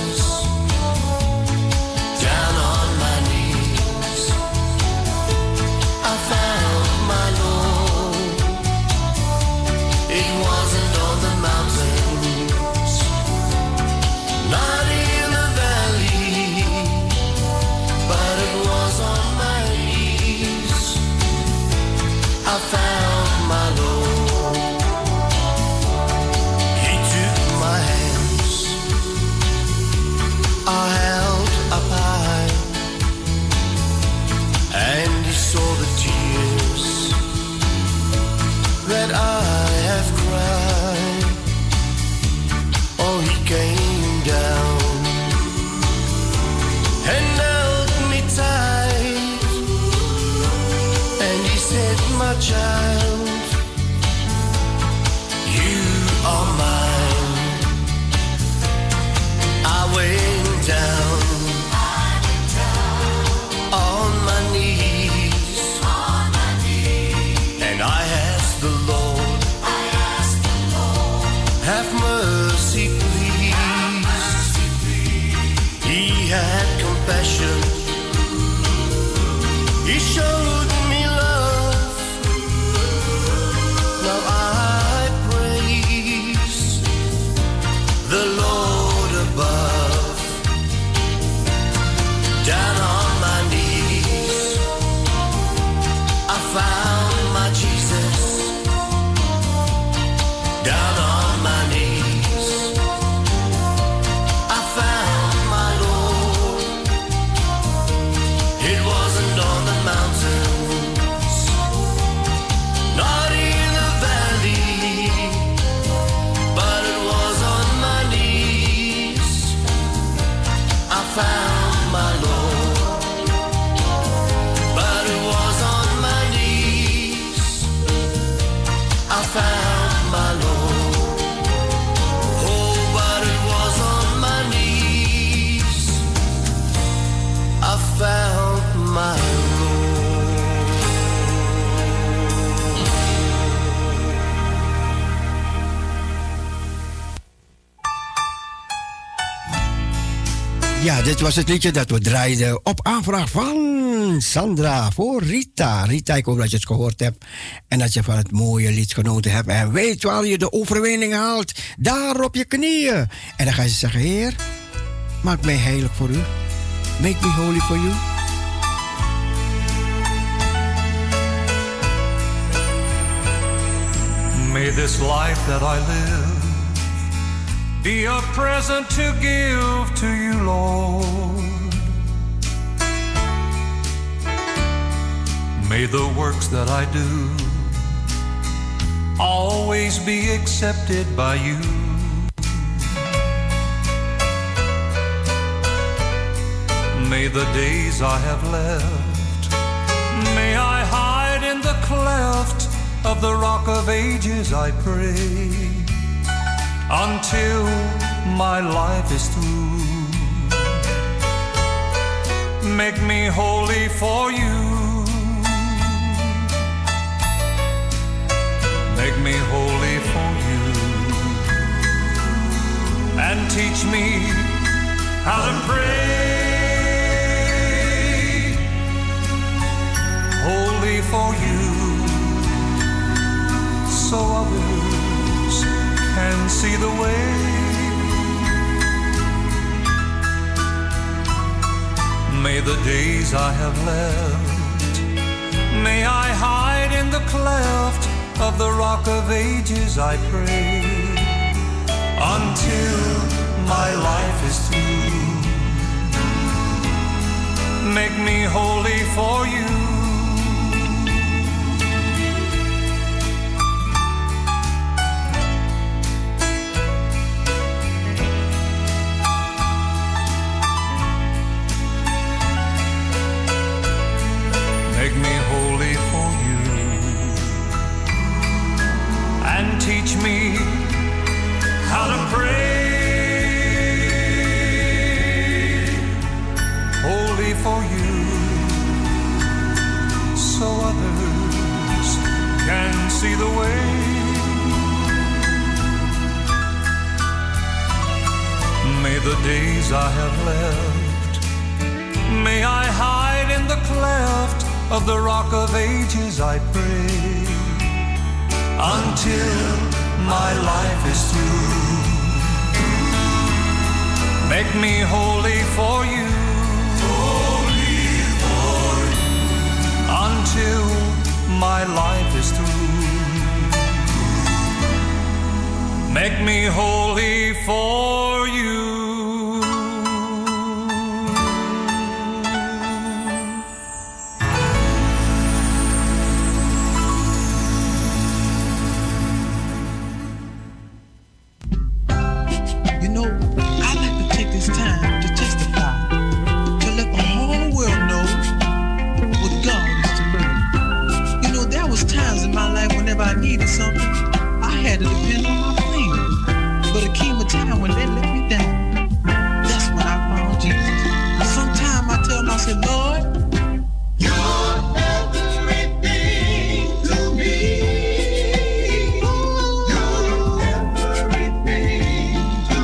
mercy, please. He had compassion. He showed me love. Now I praise the Lord above. Down on my knees, I found my Jesus. Down on my knees, I found my Lord. It wasn't on the mountains, not in the valley, but it was on my knees. I found my Lord, but it was on my knees. I found my Lord. Oh, but it was on my knees. I found my Ja, dit was het liedje dat we draaiden op aanvraag van Sandra voor Rita. Rita, ik hoop dat je het gehoord hebt en dat je van het mooie lied genoten hebt. En weet waar je de overwinning haalt, daar op je knieën. En dan ga je zeggen, Heer, maak mij heilig voor u. Make me holy for you. May this life that I live be a present to give to you, Lord. May the works that I do always be accepted by you. May the days I have left, may I hide in the cleft of the rock of ages, I pray, until my life is through. Make me holy for you. Make me holy for you. And teach me how to pray. Holy for you, so others can see the way. May the days I have left, may I hide in the cleft of the rock of ages, I pray, until my life is through. Make me holy for you. Make me holy for you, and teach me how to pray. Holy for you, so others can see the way. May the days I have left, may I hide in the cleft of the rock of ages, I pray, until my life is through. Make me holy for you. Holy for you. Until my life is through. Make me holy for you. I needed something, I had to depend on my friends. But it came a time when they let me down. That's when I found Jesus. Sometimes I tell myself, Lord, you're everything to me. You're everything to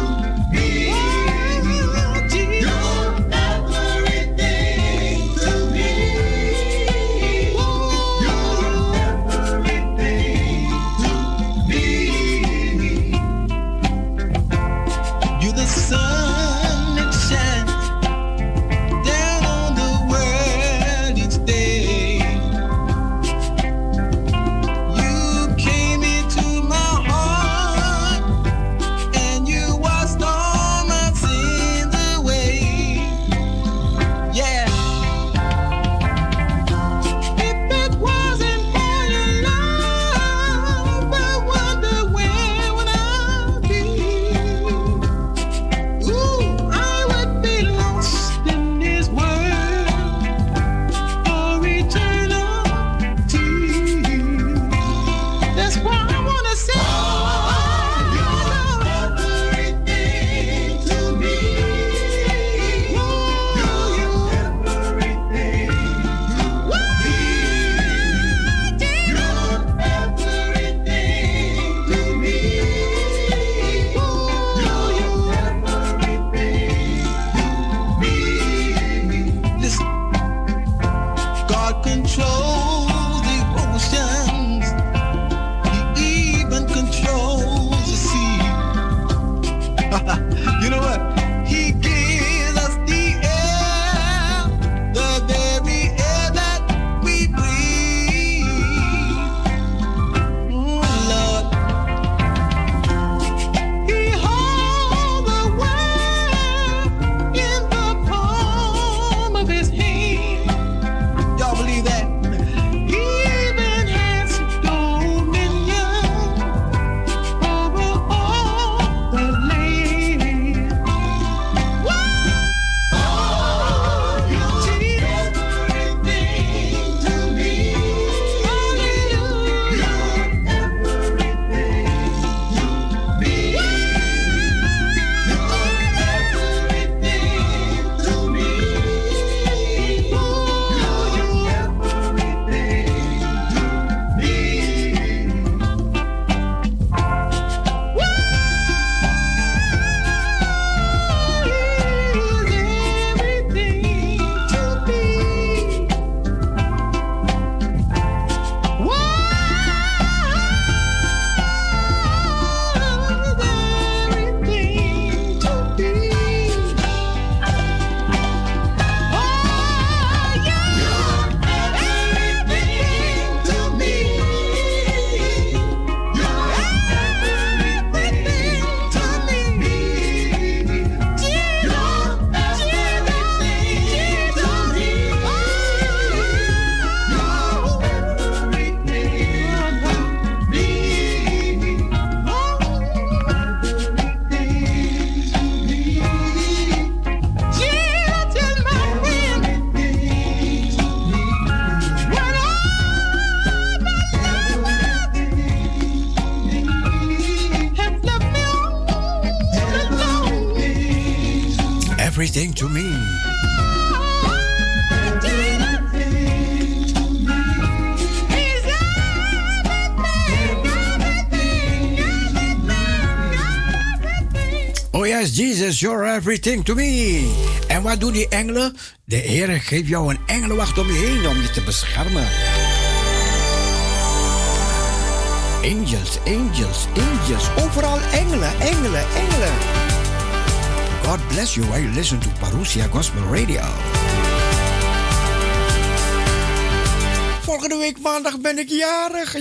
everything to me. Oh yes, Jesus, you're everything to me. En wat doen die engelen? De Heer geeft jou een engelenwacht om je heen om je te beschermen. Angels, angels, angels. Overal engelen, engelen, engelen. God bless you while you listen to Parousia Gospel Radio. Volgende week maandag ben ik jarig.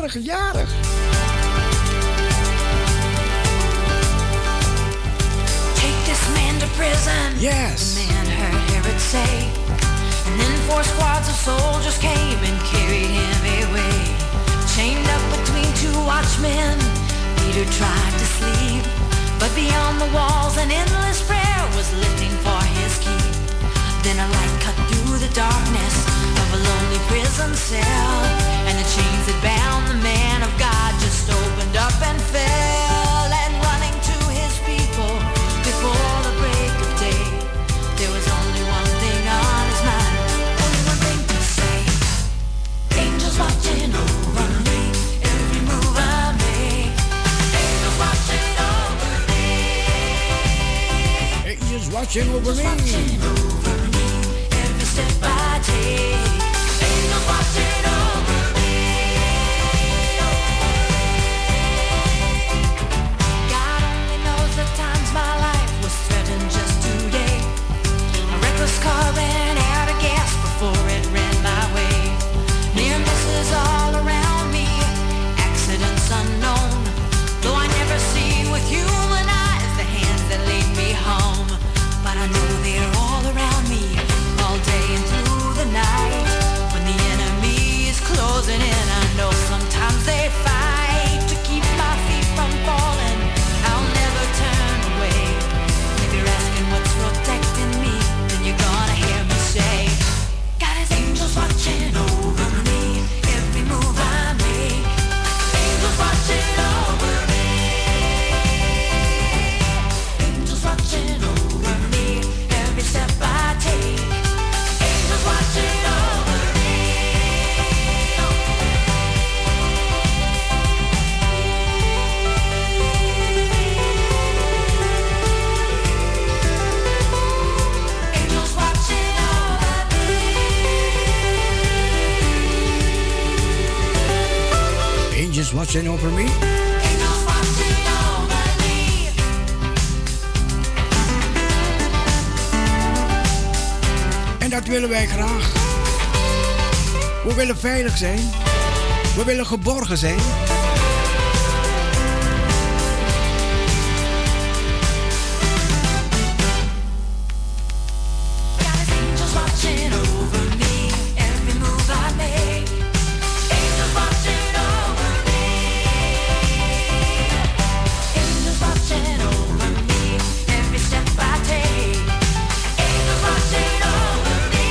Prison. Yes. The man heard Herod say, and then 4 squads of soldiers came and carried him away. Chained up between 2 watchmen, Peter tried to sleep, but beyond the walls an endless prayer was lifting for his keep. Then a light cut through the darkness of a lonely prison cell, and the chains that bound the man of God just opened up and fell. And running to his people before the break of day, there was only one thing on his mind, only one thing to say. Angels watching over me, every move I make. Angels watching over me. Angels watching over me. Watching over me, every step I take. Angels watching over me. God only knows the times my life was threatened just today. A reckless car ran out of gas before it ran my way. Near misses all around me, accidents unknown. Though I never see with human eyes the hands that lead me home, but I know they're all around me, all day and through the night. When the enemy is closing in, I know sometimes they fight to keep my feet from falling. I'll never turn away. If you're asking what's protecting me, then you're gonna hear me say, God has angels watching over me, every move I make. Angels watching over me. Angels watching over me, every step I take. Angels watching over me. Angels watching over me. Angels watching over me. Angels watching over me. En dat willen wij graag. We willen veilig zijn. We willen geborgen zijn. Angels watching over me, every move I make. Angels watching over me. Angels watching over me, every step I take. Angels watching over me.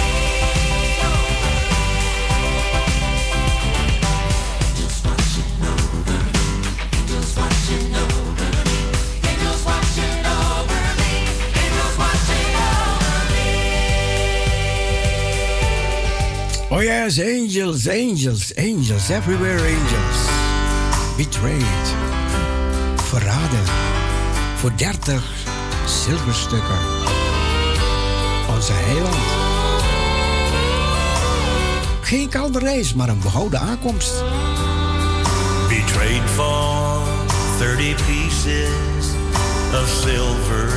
Angels watching over me. Angels watching over me. Angels watching over me. Angels watching over me. Oh yes, angels, angels, angels, everywhere angels. Betrayed. Verraden. Voor 30 zilverstukken. Onze heiland. Geen koude reis, maar een behouden aankomst. Betrayed for 30 pieces of silver.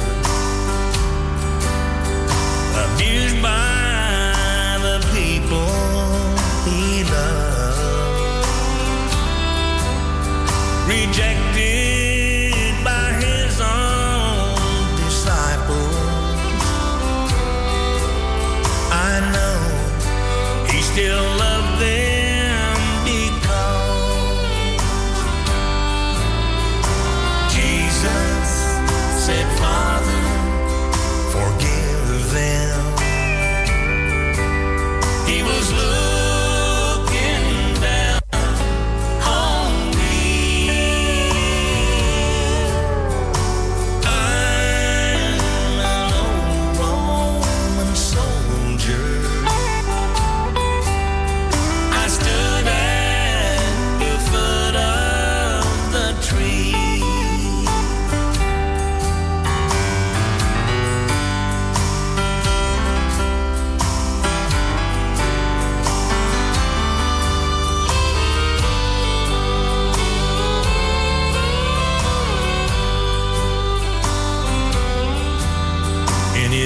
Abused by the people he loved. Rejected by his own disciples. I know he still loved them because Jesus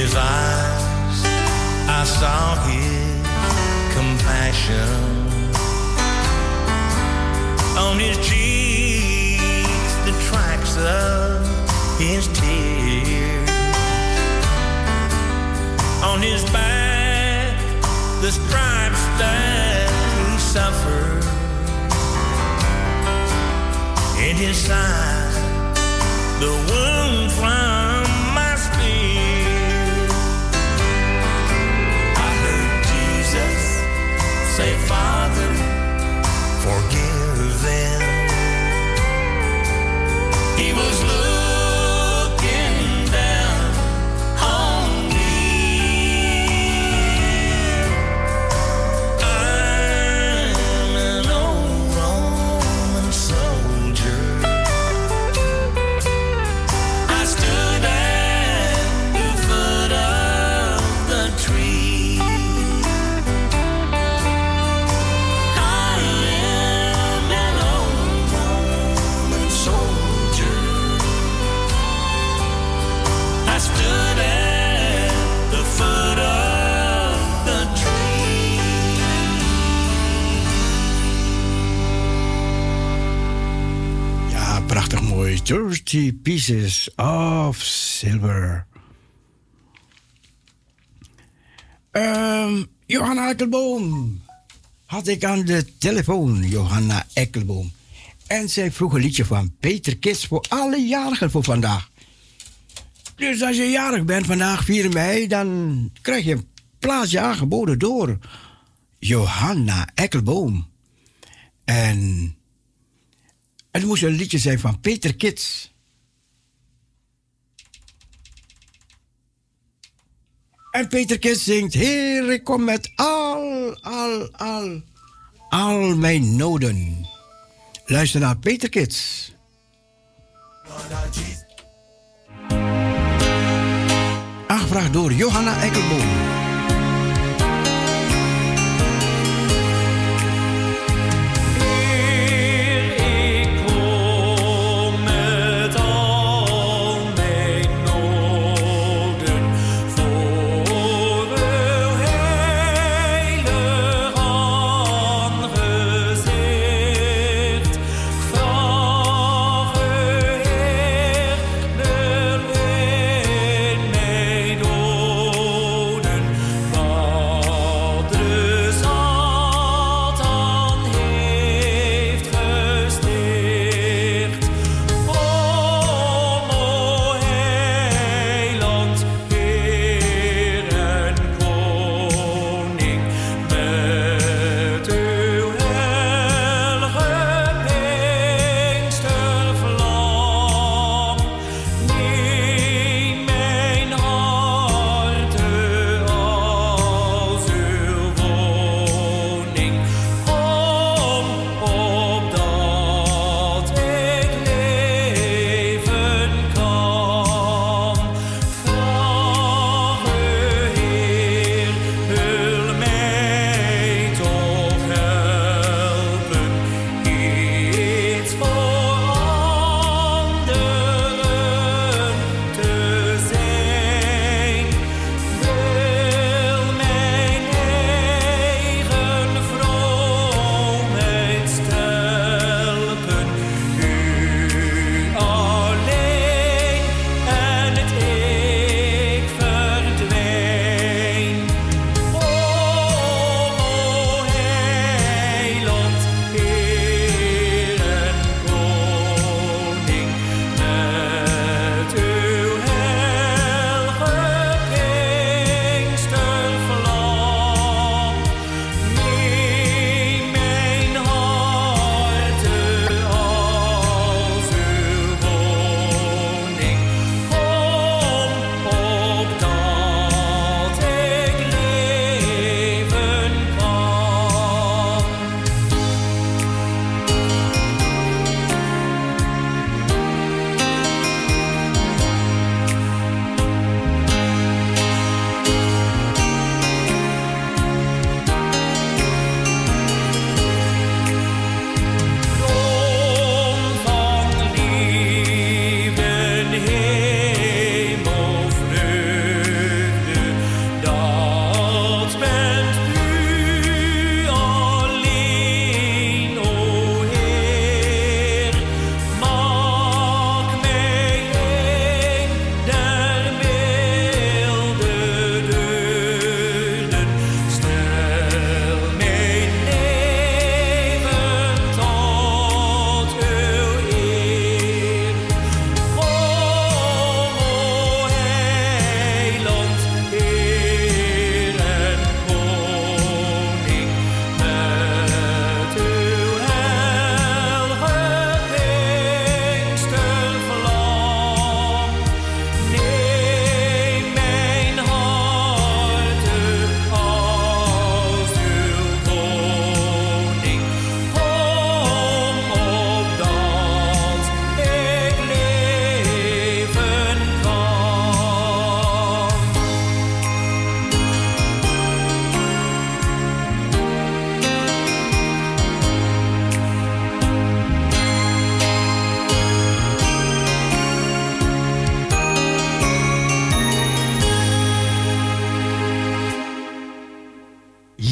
his eyes, I saw his compassion. On his cheeks, the tracks of his tears. On his back, the stripes that he suffered. In his side, the wound from my spear. I heard Jesus say, Father, forgive them. He was looking down on me. I'm an old Roman soldier. I stood at the foot of the tree. I am an old Roman soldier. I stood at the foot of the tree. Ja, prachtig mooi. 30 Pieces of Silver. Johanna Ekkelboom had ik aan de telefoon, Johanna Ekkelboom. En zij vroeg een liedje van Peter Kits voor alle jarigen voor vandaag. Dus als je jarig bent vandaag, 4 mei, dan krijg je een plaatsje aangeboden door Johanna Ekkelboom. En het moest een liedje zijn van Peter Kits. En Peter Kits zingt, Heer, ik kom met al mijn noden. Luister naar Peter Kits. Aangevraagd door Johanna Ekkelboom. Mij doden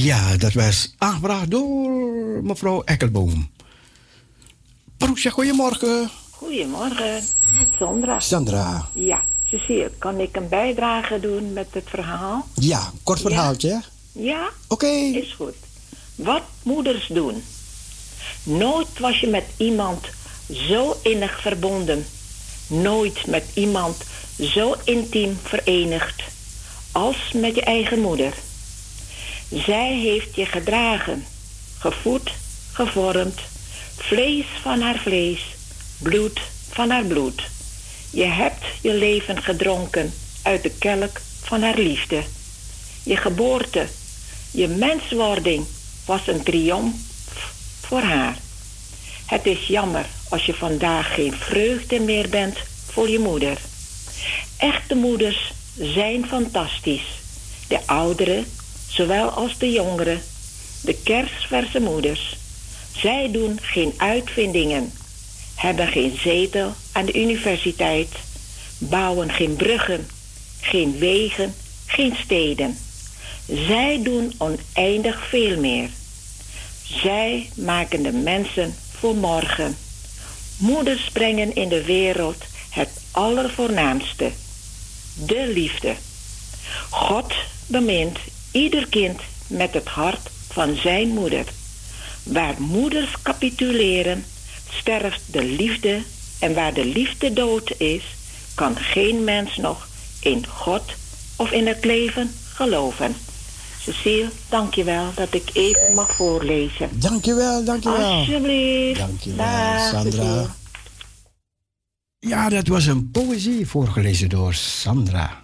Ja, dat was aangevraagd door mevrouw Ekkelboom. Paroesja, goedemorgen. Goedemorgen, met Sandra. Sandra. Ja, Cecile, kan ik een bijdrage doen met het verhaal? Ja, kort verhaaltje, hè? Ja? Oké. Is goed. Wat moeders doen. Nooit was je met iemand zo innig verbonden. Nooit met iemand zo intiem verenigd als met je eigen moeder. Zij heeft je gedragen, gevoed, gevormd, vlees van haar vlees, bloed van haar bloed. Je hebt je leven gedronken uit de kelk van haar liefde. Je geboorte, je menswording was een triomf voor haar. Het is jammer als je vandaag geen vreugde meer bent voor je moeder. Echte moeders zijn fantastisch. De oudere, zowel als de jongere. De kersverse moeders. Zij doen geen uitvindingen. Hebben geen zetel aan de universiteit. Bouwen geen bruggen. Geen wegen. Geen steden. Zij doen oneindig veel meer. Zij maken de mensen voor morgen. Moeders brengen in de wereld het allervoornaamste. De liefde. God bemint ieder kind met het hart van zijn moeder. Waar moeders capituleren, sterft de liefde. En waar de liefde dood is, kan geen mens nog in God of in het leven geloven. Cecile, dankjewel dat ik even mag voorlezen. Dankjewel. Alsjeblieft. Dankjewel, Dag, Sandra. Cecile. Ja, dat was een poëzie voorgelezen door Sandra.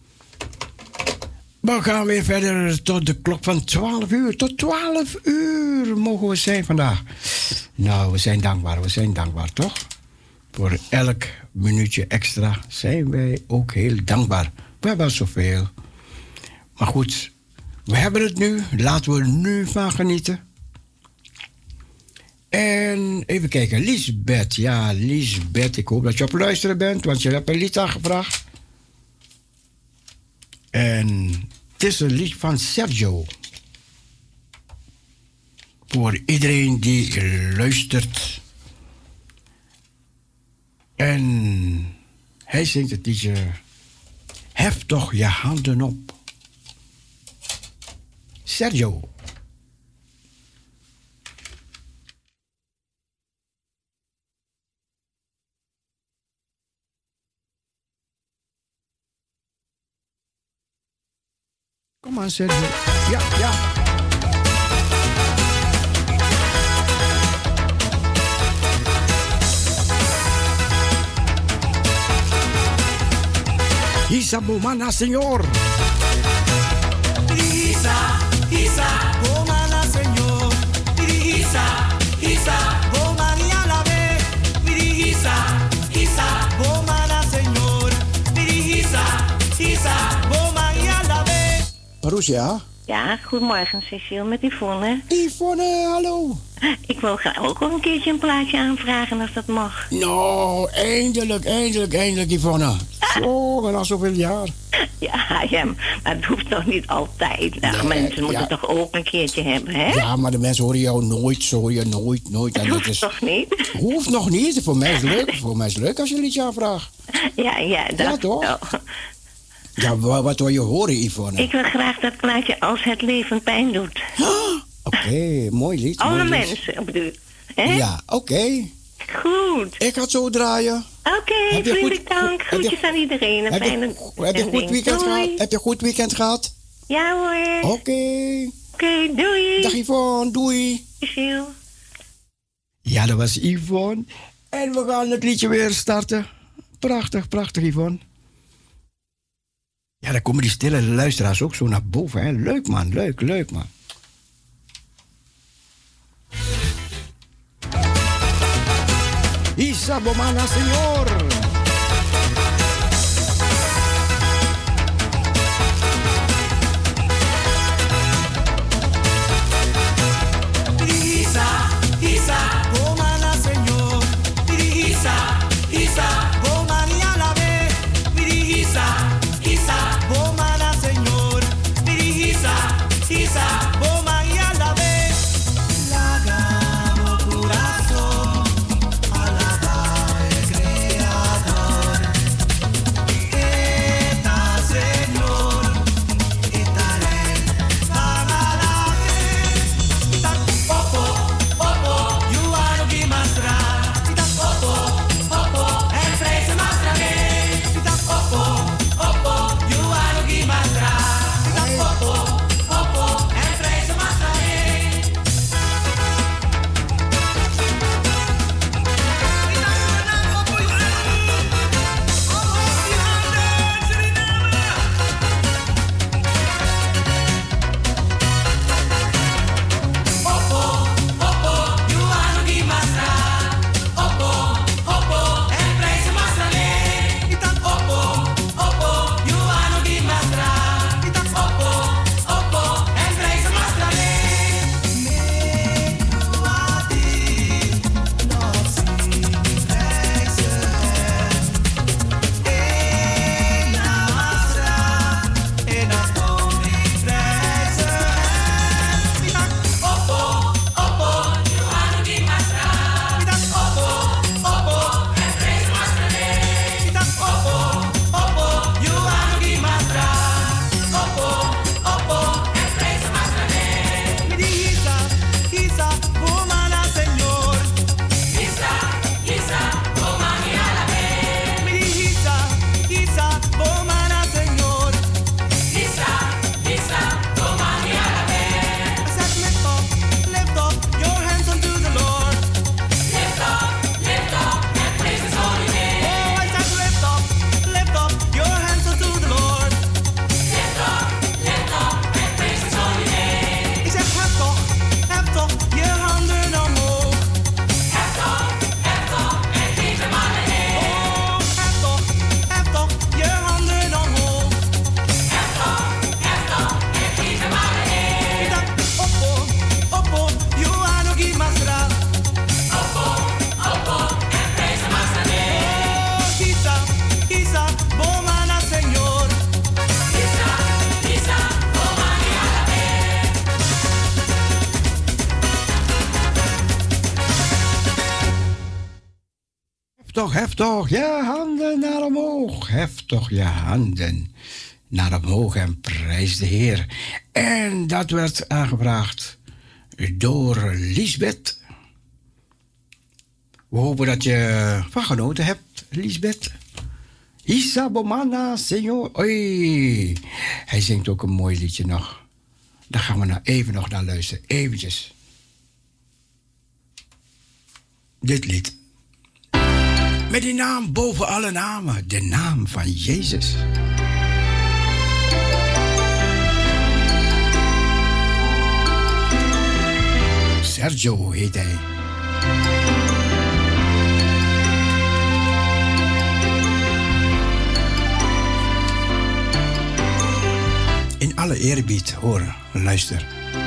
We gaan weer verder tot de klok van 12 uur. Tot 12 uur mogen we zijn vandaag. Nou, we zijn dankbaar, toch? Voor elk minuutje extra zijn wij ook heel dankbaar. We hebben al zoveel. Maar goed, we hebben het nu. Laten we er nu van genieten. En even kijken, Lisbeth. Ja, Lisbeth, ik hoop dat je op luisteren bent, want je hebt een lied aangevraagd. En het is een lied van Sergio. Voor iedereen die luistert. En hij zingt het liedje. Hef toch je handen op. Sergio. Kom aan, Sergio. Ja. Isa Bomana, señor. Isa, Bomana, señor. Isa, Bomana, la vez. Isa, Bomana, señor. Isa, Bomana, la vez. Paroesja? Ja, goedemorgen Cecile met Yvonne. Yvonne, hallo. Ik wil graag ook wel een keertje een plaatje aanvragen als dat mag. Nou, eindelijk, Yvonne. Zo, en al zoveel jaar. Ja, maar het hoeft toch niet altijd. Nou, Nee, mensen moeten toch ook een keertje hebben, hè? Ja, maar de mensen horen jou nooit. Het En hoeft toch niet? Hoeft nog niet. Voor mij is het leuk als je een liedje aanvraagt. Ja, dat Ja, toch? wel. Ja, wat wil je horen, Yvonne? Ik wil graag dat plaatje Als het leven pijn doet. Oké, mooi lied. Alle mooi lied. mensen, bedoel. Hè? Ja, oké. Goed. Ik ga het zo draaien. Oké, vriendelijk dank. Groetjes aan iedereen. Een fijne Heb je een goed weekend Doei. gehad? Heb je een goed weekend gehad? Ja hoor. Oké, doei. Dag Yvonne, doei. Cecile. Ja, dat was Yvonne. En we gaan het liedje weer starten. Prachtig, Yvonne. Ja, dan komen die stille luisteraars ook zo naar boven. Hè. Leuk man. Isa Bomana, señor. Isa, Bomana, señor. Isa, Bomana, la vez. Isa, Bomana, señor. Isa, Bomana. hef toch je handen naar omhoog. Hef toch je handen naar omhoog en prijs de Heer. En dat werd aangevraagd door Liesbeth. We hopen dat je van genoten hebt, Liesbeth. Isa Bomana, Senor. Oei. Hij zingt ook een mooi liedje nog. Daar gaan we nou even nog naar luisteren. Eventjes. Dit lied. Met die naam boven alle namen. De naam van Jezus. Sergio heet hij. In alle eerbied, hoor, luister.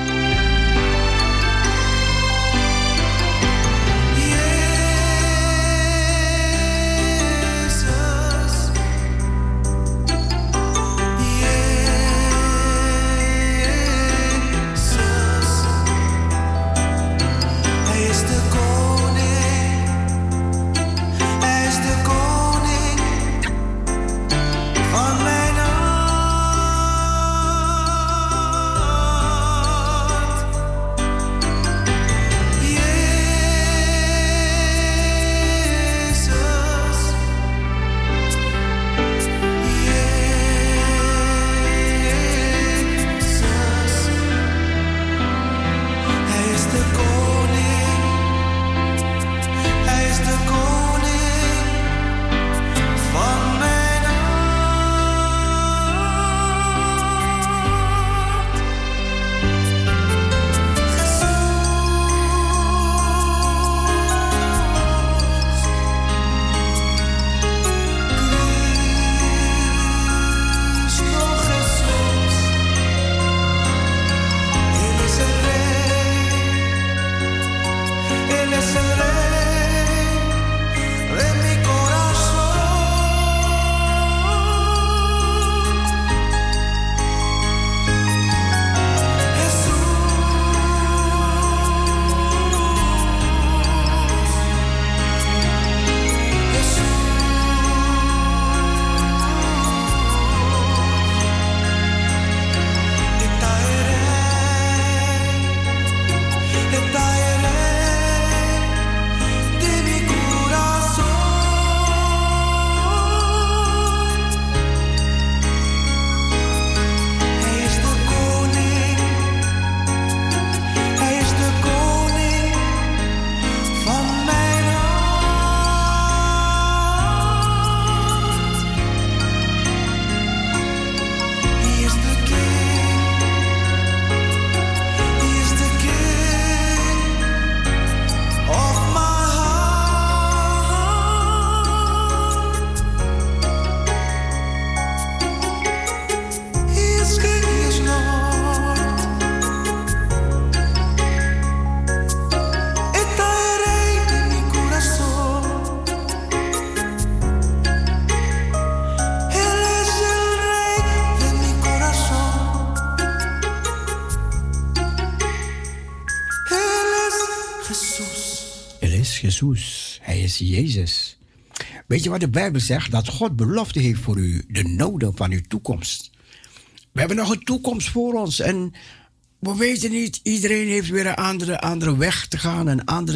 Jezus, hij is Jezus. Weet je wat de Bijbel zegt? Dat God belofte heeft voor u, de noden van uw toekomst. We hebben nog een toekomst voor ons en we weten niet, iedereen heeft weer een andere weg te gaan,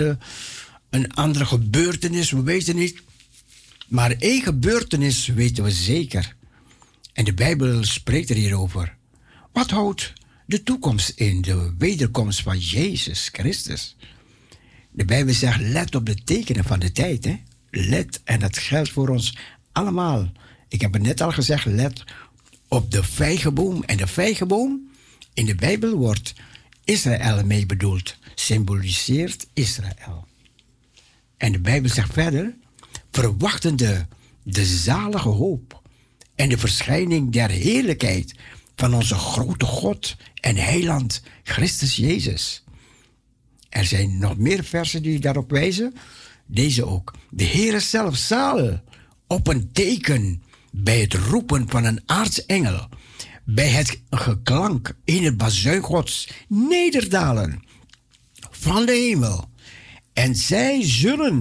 een andere gebeurtenis, we weten niet. Maar één gebeurtenis weten we zeker. En de Bijbel spreekt er hierover. Wat houdt de toekomst in, de wederkomst van Jezus Christus? De Bijbel zegt, let op de tekenen van de tijd. Hè? Let, en dat geldt voor ons allemaal. Ik heb het net al gezegd, let op de vijgenboom. En de vijgenboom, in de Bijbel wordt Israël mee bedoeld. Symboliseert Israël. En de Bijbel zegt verder, verwachtende de zalige hoop en de verschijning der heerlijkheid van onze grote God en heiland Christus Jezus. Er zijn nog meer versen die daarop wijzen. Deze ook. De Heere zelf zal op een teken bij het roepen van een aartsengel, bij het geklank in het bazuin Gods nederdalen van de hemel. En zij zullen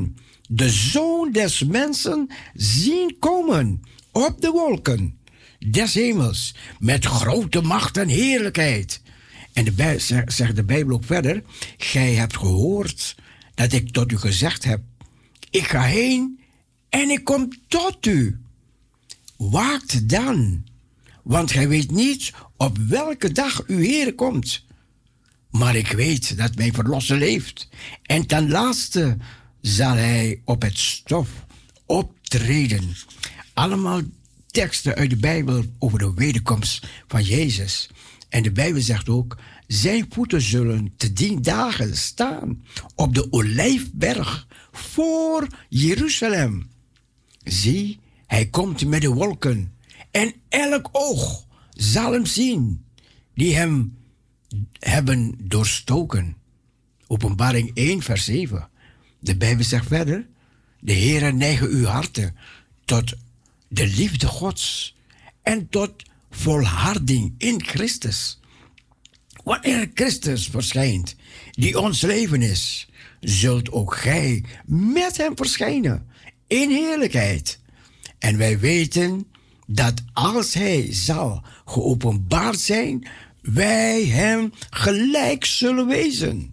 de Zoon des Mensen zien komen op de wolken des hemels met grote macht en heerlijkheid. En zegt de Bijbel ook verder, gij hebt gehoord dat ik tot u gezegd heb, ik ga heen en ik kom tot u. Waakt dan, want gij weet niet op welke dag uw Heer komt. Maar ik weet dat mijn Verlosser leeft. En ten laatste zal hij op het stof optreden. Allemaal teksten uit de Bijbel over de wederkomst van Jezus. En de Bijbel zegt ook, zijn voeten zullen te 10 dagen staan op de Olijfberg voor Jeruzalem. Zie, hij komt met de wolken en elk oog zal hem zien die hem hebben doorstoken. Openbaring 1 vers 7. De Bijbel zegt verder, de Heere neige uw harten tot de liefde Gods en tot volharding in Christus. Wanneer Christus verschijnt, die ons leven is, zult ook gij met hem verschijnen in heerlijkheid. En wij weten dat als hij zal geopenbaard zijn, wij hem gelijk zullen wezen.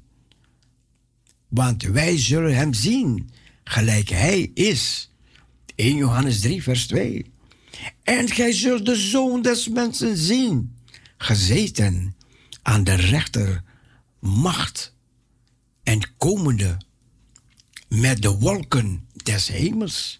Want wij zullen hem zien gelijk hij is. 1 Johannes 3 vers 2. En gij zult de Zoon des Mensen zien, gezeten aan de rechtermacht en komende met de wolken des hemels.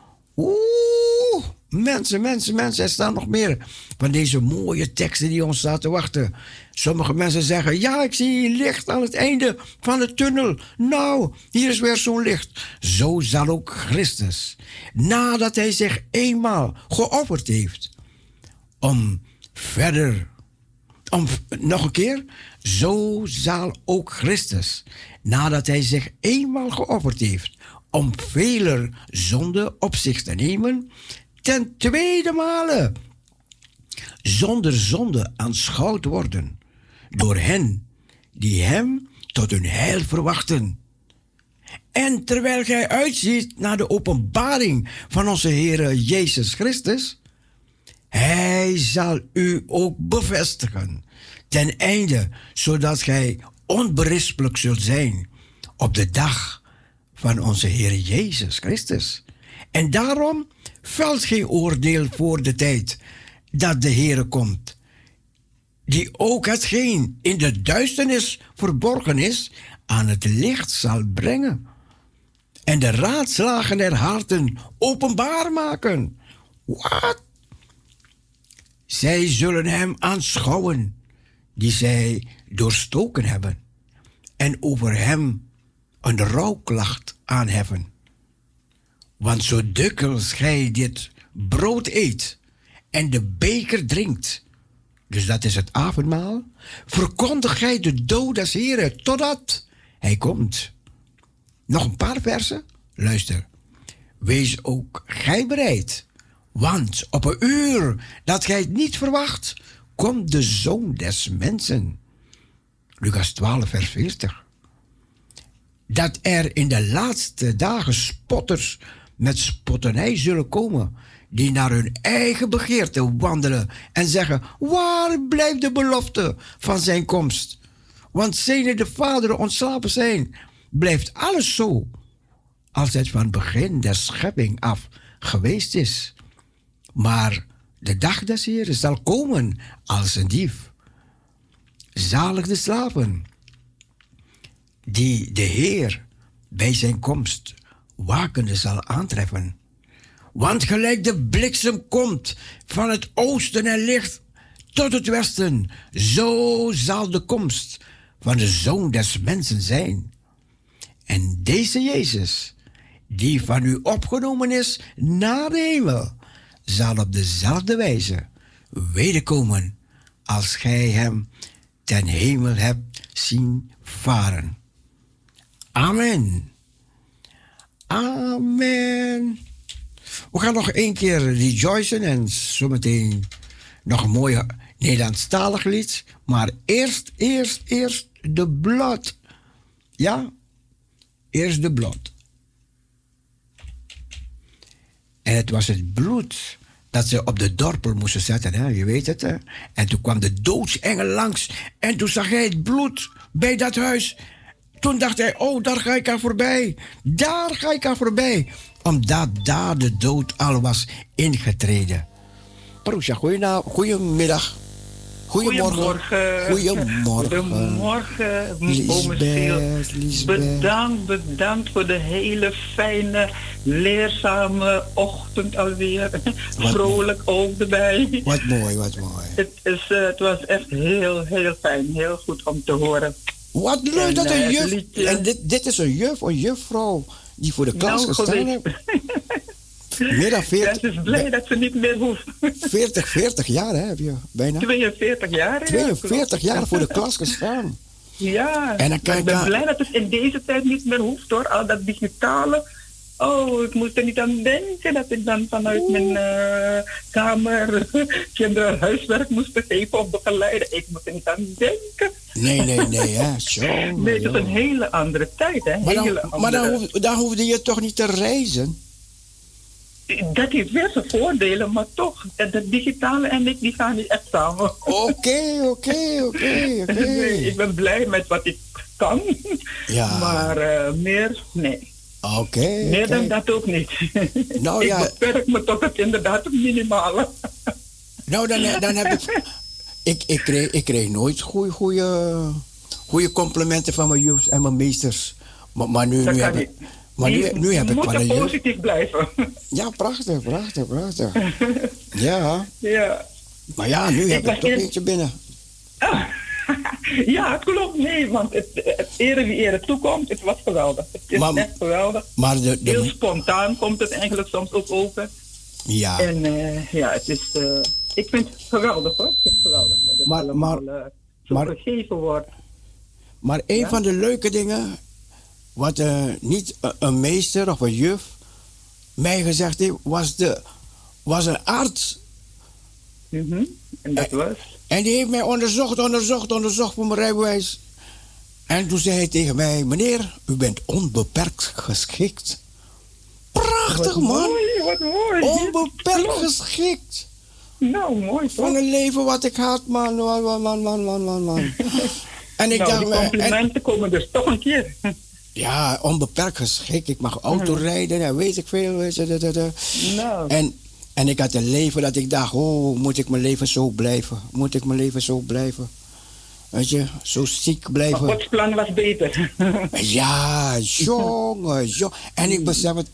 Oeh, mensen, er staan nog meer van deze mooie teksten die ons staan te wachten. Sommige mensen zeggen, ja, ik zie licht aan het einde van de tunnel. Nou, hier is weer zo'n licht. Zo zal ook Christus, nadat hij zich eenmaal geofferd heeft, nog een keer, zo zal ook Christus, nadat hij zich eenmaal geofferd heeft, om veler zonde op zich te nemen, ten tweede male zonder zonde aanschouwd worden door hen die hem tot hun heil verwachten. En terwijl gij uitziet naar de openbaring van onze Heere Jezus Christus, hij zal u ook bevestigen, ten einde, zodat gij onberispelijk zult zijn op de dag van onze Heere Jezus Christus. En daarom velt geen oordeel voor de tijd dat de Heere komt, die ook hetgeen in de duisternis verborgen is, aan het licht zal brengen en de raadslagen der harten openbaar maken. Wat? Zij zullen hem aanschouwen, die zij doorstoken hebben, en over hem een rouwklacht aanheffen. Want zo dikwijls gij dit brood eet en de beker drinkt, dus dat is het avondmaal, verkondigt gij de dood des Heren totdat hij komt. Nog een paar versen, luister. Wees ook gij bereid, want op een uur dat gij het niet verwacht, komt de Zoon des Mensen. Lucas 12 vers 40. Dat er in de laatste dagen spotters met spotternij zullen komen, die naar hun eigen begeerte wandelen en zeggen, waar blijft de belofte van zijn komst? Want sedert de vaderen ontslapen zijn, blijft alles zo als het van het begin der schepping af geweest is. Maar de dag des Heeren zal komen als een dief. Zalig de slaven, die de Heer bij zijn komst wakende zal aantreffen. Want gelijk de bliksem komt van het oosten en licht tot het westen, zo zal de komst van de Zoon des Mensen zijn. En deze Jezus, die van u opgenomen is naar de hemel, zal op dezelfde wijze wederkomen als gij hem ten hemel hebt zien varen. Amen. Amen. We gaan nog 1 keer rejoicen en zometeen nog een mooi Nederlandstalig lied. Maar eerst de bloed. Ja, eerst de bloed. En het was het bloed dat ze op de dorpel moesten zetten, hè? Je weet het. Hè? En toen kwam de doodsengel langs. En toen zag hij het bloed bij dat huis. Toen dacht hij, oh, daar ga ik aan voorbij. Daar ga ik aan voorbij. Omdat daar de dood al was ingetreden. Paroesja, goedemiddag. Goedemorgen. Goedemorgen, Lisbeth. Bedankt voor de hele fijne, leerzame ochtend alweer. Vrolijk ook erbij. Wat mooi. Het was echt heel, heel fijn. Heel goed om te horen. Wat leuk dat een juf... En dit is een juffrouw die voor de klas gestaan heeft. Meer dan 40. Ze is blij dat ze niet meer hoeft. 40 jaar hè, heb je bijna. 42 jaar. 42 jaar voor de klas gestaan. Ja, en dan ik ben blij dat het in deze tijd niet meer hoeft hoor. Al dat digitale. Oh, ik moest er niet aan denken dat ik dan vanuit mijn kamer kinderen huiswerk moest geven of begeleiden. Ik moest er niet aan denken. Nee, hè. Zo, nee, het is een hele andere tijd, hè. Maar dan hoefde je toch niet te reizen? Dat heeft weer zijn voordelen, maar toch, het digitale en ik, die gaan niet echt samen. Oké. Nee, ik ben blij met wat ik kan, maar meer, nee. Meer dan dat ook niet. Nou, ik beperk me tot het inderdaad het minimale. Nou, dan heb ik kreeg nooit goede complimenten van mijn jufs en mijn meesters. Maar nu heb ik... Maar nu heb ik van de jeugd... positief blijven. Ja, prachtig. Ja. Maar ja, nu heb ik toch eentje binnen. Ja, het klopt. Nee, want het ere wie ere toekomt, het was geweldig. Het is echt geweldig. Maar heel spontaan komt het eigenlijk soms ook over. Ja. En het is... ik vind het geweldig hoor. Ik vind het geweldig. Dat het allemaal zo gegeven wordt. Maar een van de leuke dingen... Wat niet een meester of een juf mij gezegd heeft, was een arts. En dat was? En die heeft mij onderzocht voor mijn rijbewijs. En toen zei hij tegen mij, meneer, u bent onbeperkt geschikt. Prachtig, wat man. Wat mooi. Onbeperkt geschikt. Nou, mooi toch? Van een leven wat ik had, man. En ik dacht, die complimenten komen dus toch een keer. Ja, onbeperkt geschikt. Ik mag auto rijden en weet ik veel. Nou. En ik had een leven dat ik dacht, moet ik mijn leven zo blijven? Weet je, zo ziek blijven. Maar Gods plan was beter. Ja, jongen. En ik besef het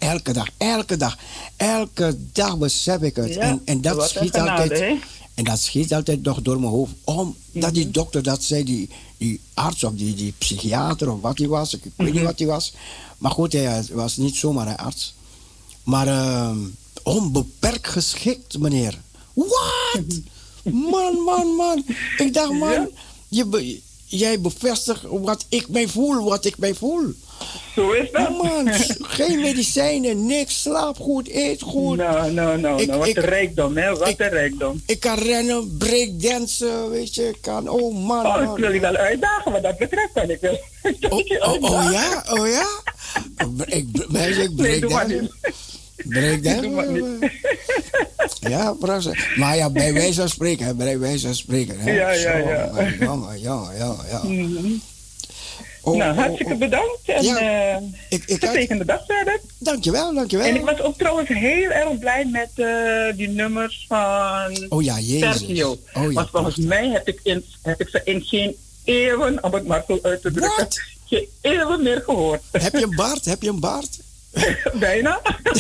elke dag besef ik het. Ja, en dat schiet altijd... Hè? En dat schiet altijd nog door mijn hoofd. Omdat die dokter dat zei, die arts of die psychiater of wat hij was. Ik weet niet wat hij was. Maar goed, hij was niet zomaar een arts. Maar onbeperkt geschikt, meneer. Wat? Man. Ik dacht, man, jij bevestigt wat ik mij voel. Zo is dat. Man, geen medicijnen, niks, slaap goed, eet goed. Nou, wat een rijkdom, hè? Wat een rijkdom. Ik kan rennen, breakdansen, weet je, ik kan, man. Ik wil je wel uitdagen, wat dat betreft kan ik wel. Oh ja? Ik breakdansen. Breakdansen? Ja, prachtig. Maar ja, bij wijze van spreken. Hè. Ja. Jongen. Hartstikke bedankt. En getekende dag verder. Dankjewel. En ik was ook trouwens heel erg blij met die nummers van Sergio. Want volgens mij heb ik ze in geen eeuwen, om het maar zo uit te drukken, geen eeuwen meer gehoord. Heb je een baard? Bijna.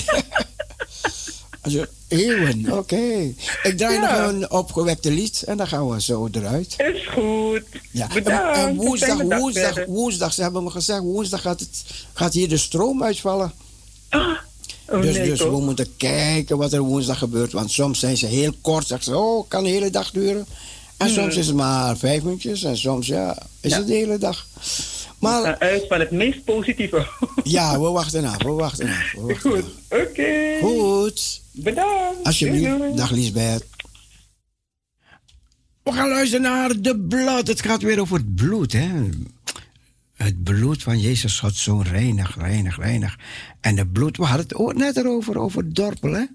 Eeuwen, oké. Ik draai nog een opgewekte lied en dan gaan we zo eruit. Is goed. Ja. Bedankt. En woensdag, ze hebben me gezegd, woensdag gaat hier de stroom uitvallen. Dus we moeten kijken wat er woensdag gebeurt. Want soms zijn ze heel kort, zeggen ze, kan de hele dag duren. En soms is het maar 5 minuutjes en soms is het de hele dag. Maar uit van het meest positieve. Ja, we wachten af. Goed, oké. Goed. Bedankt. Alsjeblieft. Dag Lisbeth. We gaan luisteren naar de bloed. Het gaat weer over het bloed, hè. Het bloed van Jezus God zo reinig, reinig, reinig. En het bloed, we hadden het ook net erover, over dorpel, hè?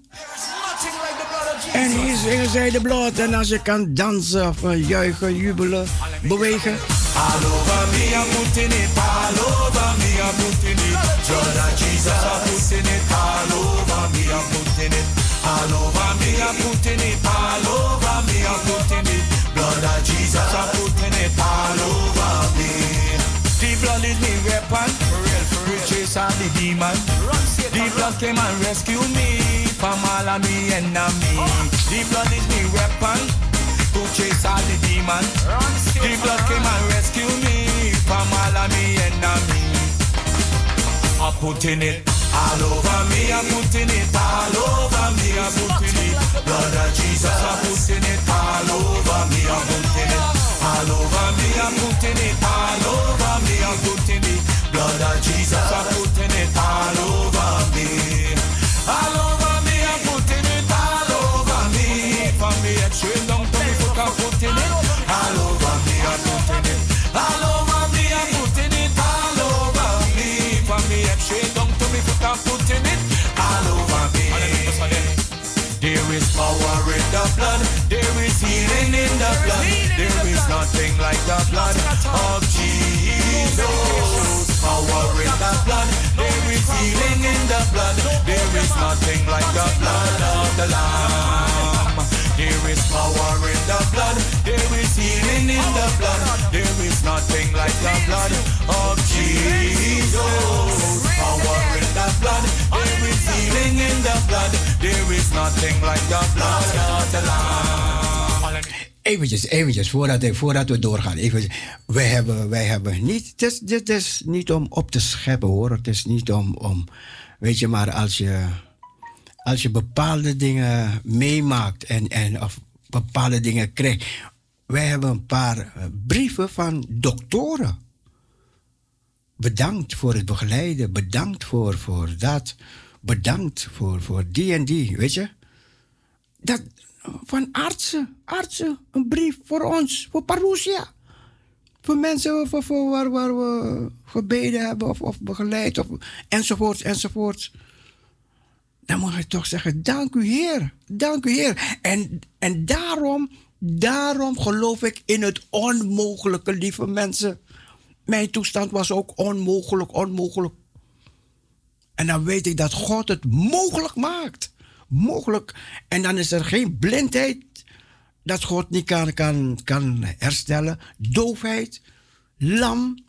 En hier zingen zij de bloed. En als je kan dansen of juichen, jubelen, bewegen. All over me, I'm putting it. All over me, I'm putting it. Blood of Jesus, I'm putting it. All over me, I'm putting it. All over me, I'm putting it. All over me, I'm putting it. Blood of Jesus, I'm putting it. All over me. The blood is me weapon. For real, for real. Chase all the demon. The blood came and rescue me from all of me enemies. The blood is me weapon. To chase all the demons. The blood came and rescue me from all of me enemies. I'm putting it all over me, I'm putting it all over me, I'm putting it. Blood of Jesus, I'm putting it all over me, I'm putting it all over me, I'm putting it all over me, I'm putting it. Blood of Jesus, I'm putting it all over me. All over me, I'm putting it all over me. From me head straight down to me foot, I'm putting it all over me, I'm putting it all over me, I'm putting it all over me. From me head straight down to me foot, I'm putting it all over me. There is power in the blood, there is healing in the blood. There is nothing like the blood of Jesus. Power in the blood, there is healing in the blood. There is nothing like the blood of the Lamb. There is power in the blood, there is healing in the blood. There is nothing like the blood of Jesus. Power in the blood, there is healing in the blood. There is nothing like the blood of the Lamb. Eventjes, voordat we doorgaan. Wij hebben niet, dit is niet om op te scheppen, hoor. Het is niet om weet je, maar als je bepaalde dingen meemaakt of bepaalde dingen krijgt. Wij hebben een paar brieven van doktoren. Bedankt voor het begeleiden, bedankt voor dat, bedankt voor die en die, weet je. Dat, van artsen, een brief voor ons, voor Parousia. Voor mensen waar we gebeden hebben of begeleid, enzovoorts. Dan moet je toch zeggen, dank u Heer, dank u Heer. En daarom geloof ik in het onmogelijke, lieve mensen. Mijn toestand was ook onmogelijk. En dan weet ik dat God het mogelijk maakt. Mogelijk. En dan is er geen blindheid dat God niet kan herstellen. Doofheid, lam,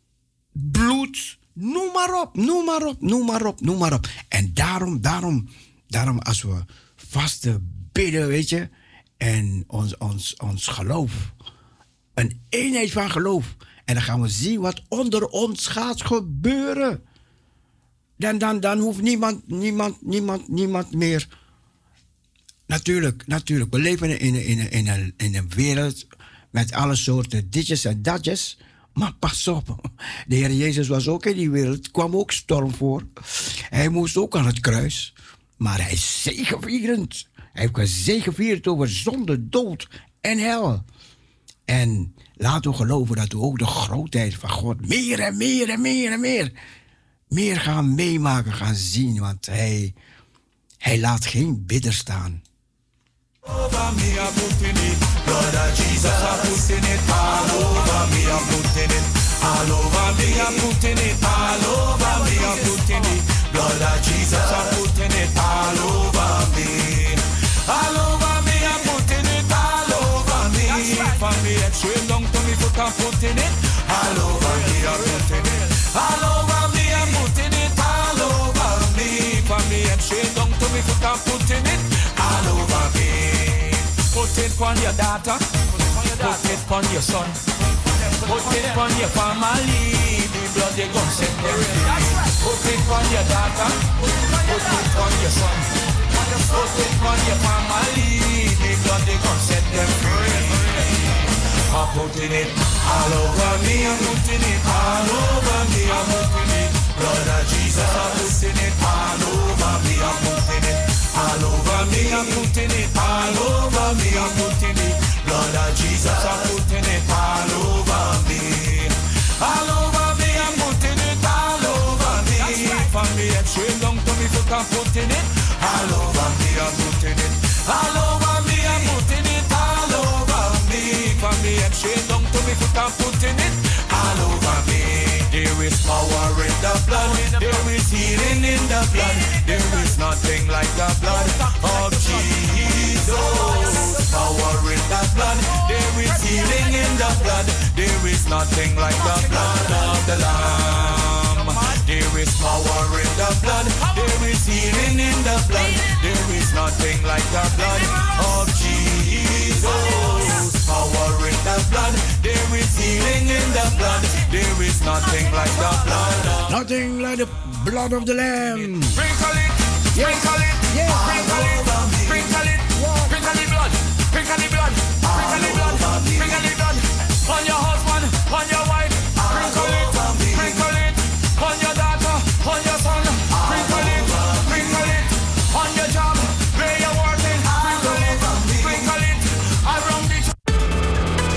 bloed, noem maar op. En daarom als we vasten bidden, weet je, en ons geloof, een eenheid van geloof. En dan gaan we zien wat onder ons gaat gebeuren. Dan hoeft niemand meer. Natuurlijk. We leven in een wereld met alle soorten ditjes en datjes. Maar pas op. De Heer Jezus was ook in die wereld. Kwam ook storm voor. Hij moest ook aan het kruis. Maar hij is zegevierend. Hij heeft gezegevierd over zonde, dood en hel. En laten we geloven dat we ook de grootheid van God meer en meer gaan meemaken, gaan zien. Want hij laat geen bidder staan. Over me, I'm putting it. Blood of Jesus, I'm putting it. All over me, I'm putting it. All over me, I'm putting it. All over me, I'm putting it. Blood of Jesus, I'm putting it. All over me. All over me, I'm putting it. All over me. From me head straight down to me foot, I'm putting it. All over me, I'm putting it. All over me, I'm putting it. All over me. From me head straight down to me foot, I'm putting it. All over me. Put it on your daughter, put it on your son, put it on your family, the blood they gon' set them free. Put it on your daughter, put it on your son, put it on your family, the blood they gon' set them free. I'm putting it all over me, I'm putting it all over me, I'm putting it. Blood of Jesus, I'm putting it all over me, I'm putting it. All over me, I'm putting it. All over me, I'm putting it. Blood of Jesus, I'm putting it all over me. All over me, like the blood of Jesus. Power in the blood. There is healing in the blood. There is nothing like the blood of the Lamb. There is power in the blood. There is healing in the blood. There is nothing like the blood of Jesus. Power in the blood. There is healing in the blood. There is nothing like the blood of Nothing like the blood of the Lamb. Sprinkle it, sprinkle it, yeah. sprinkle it.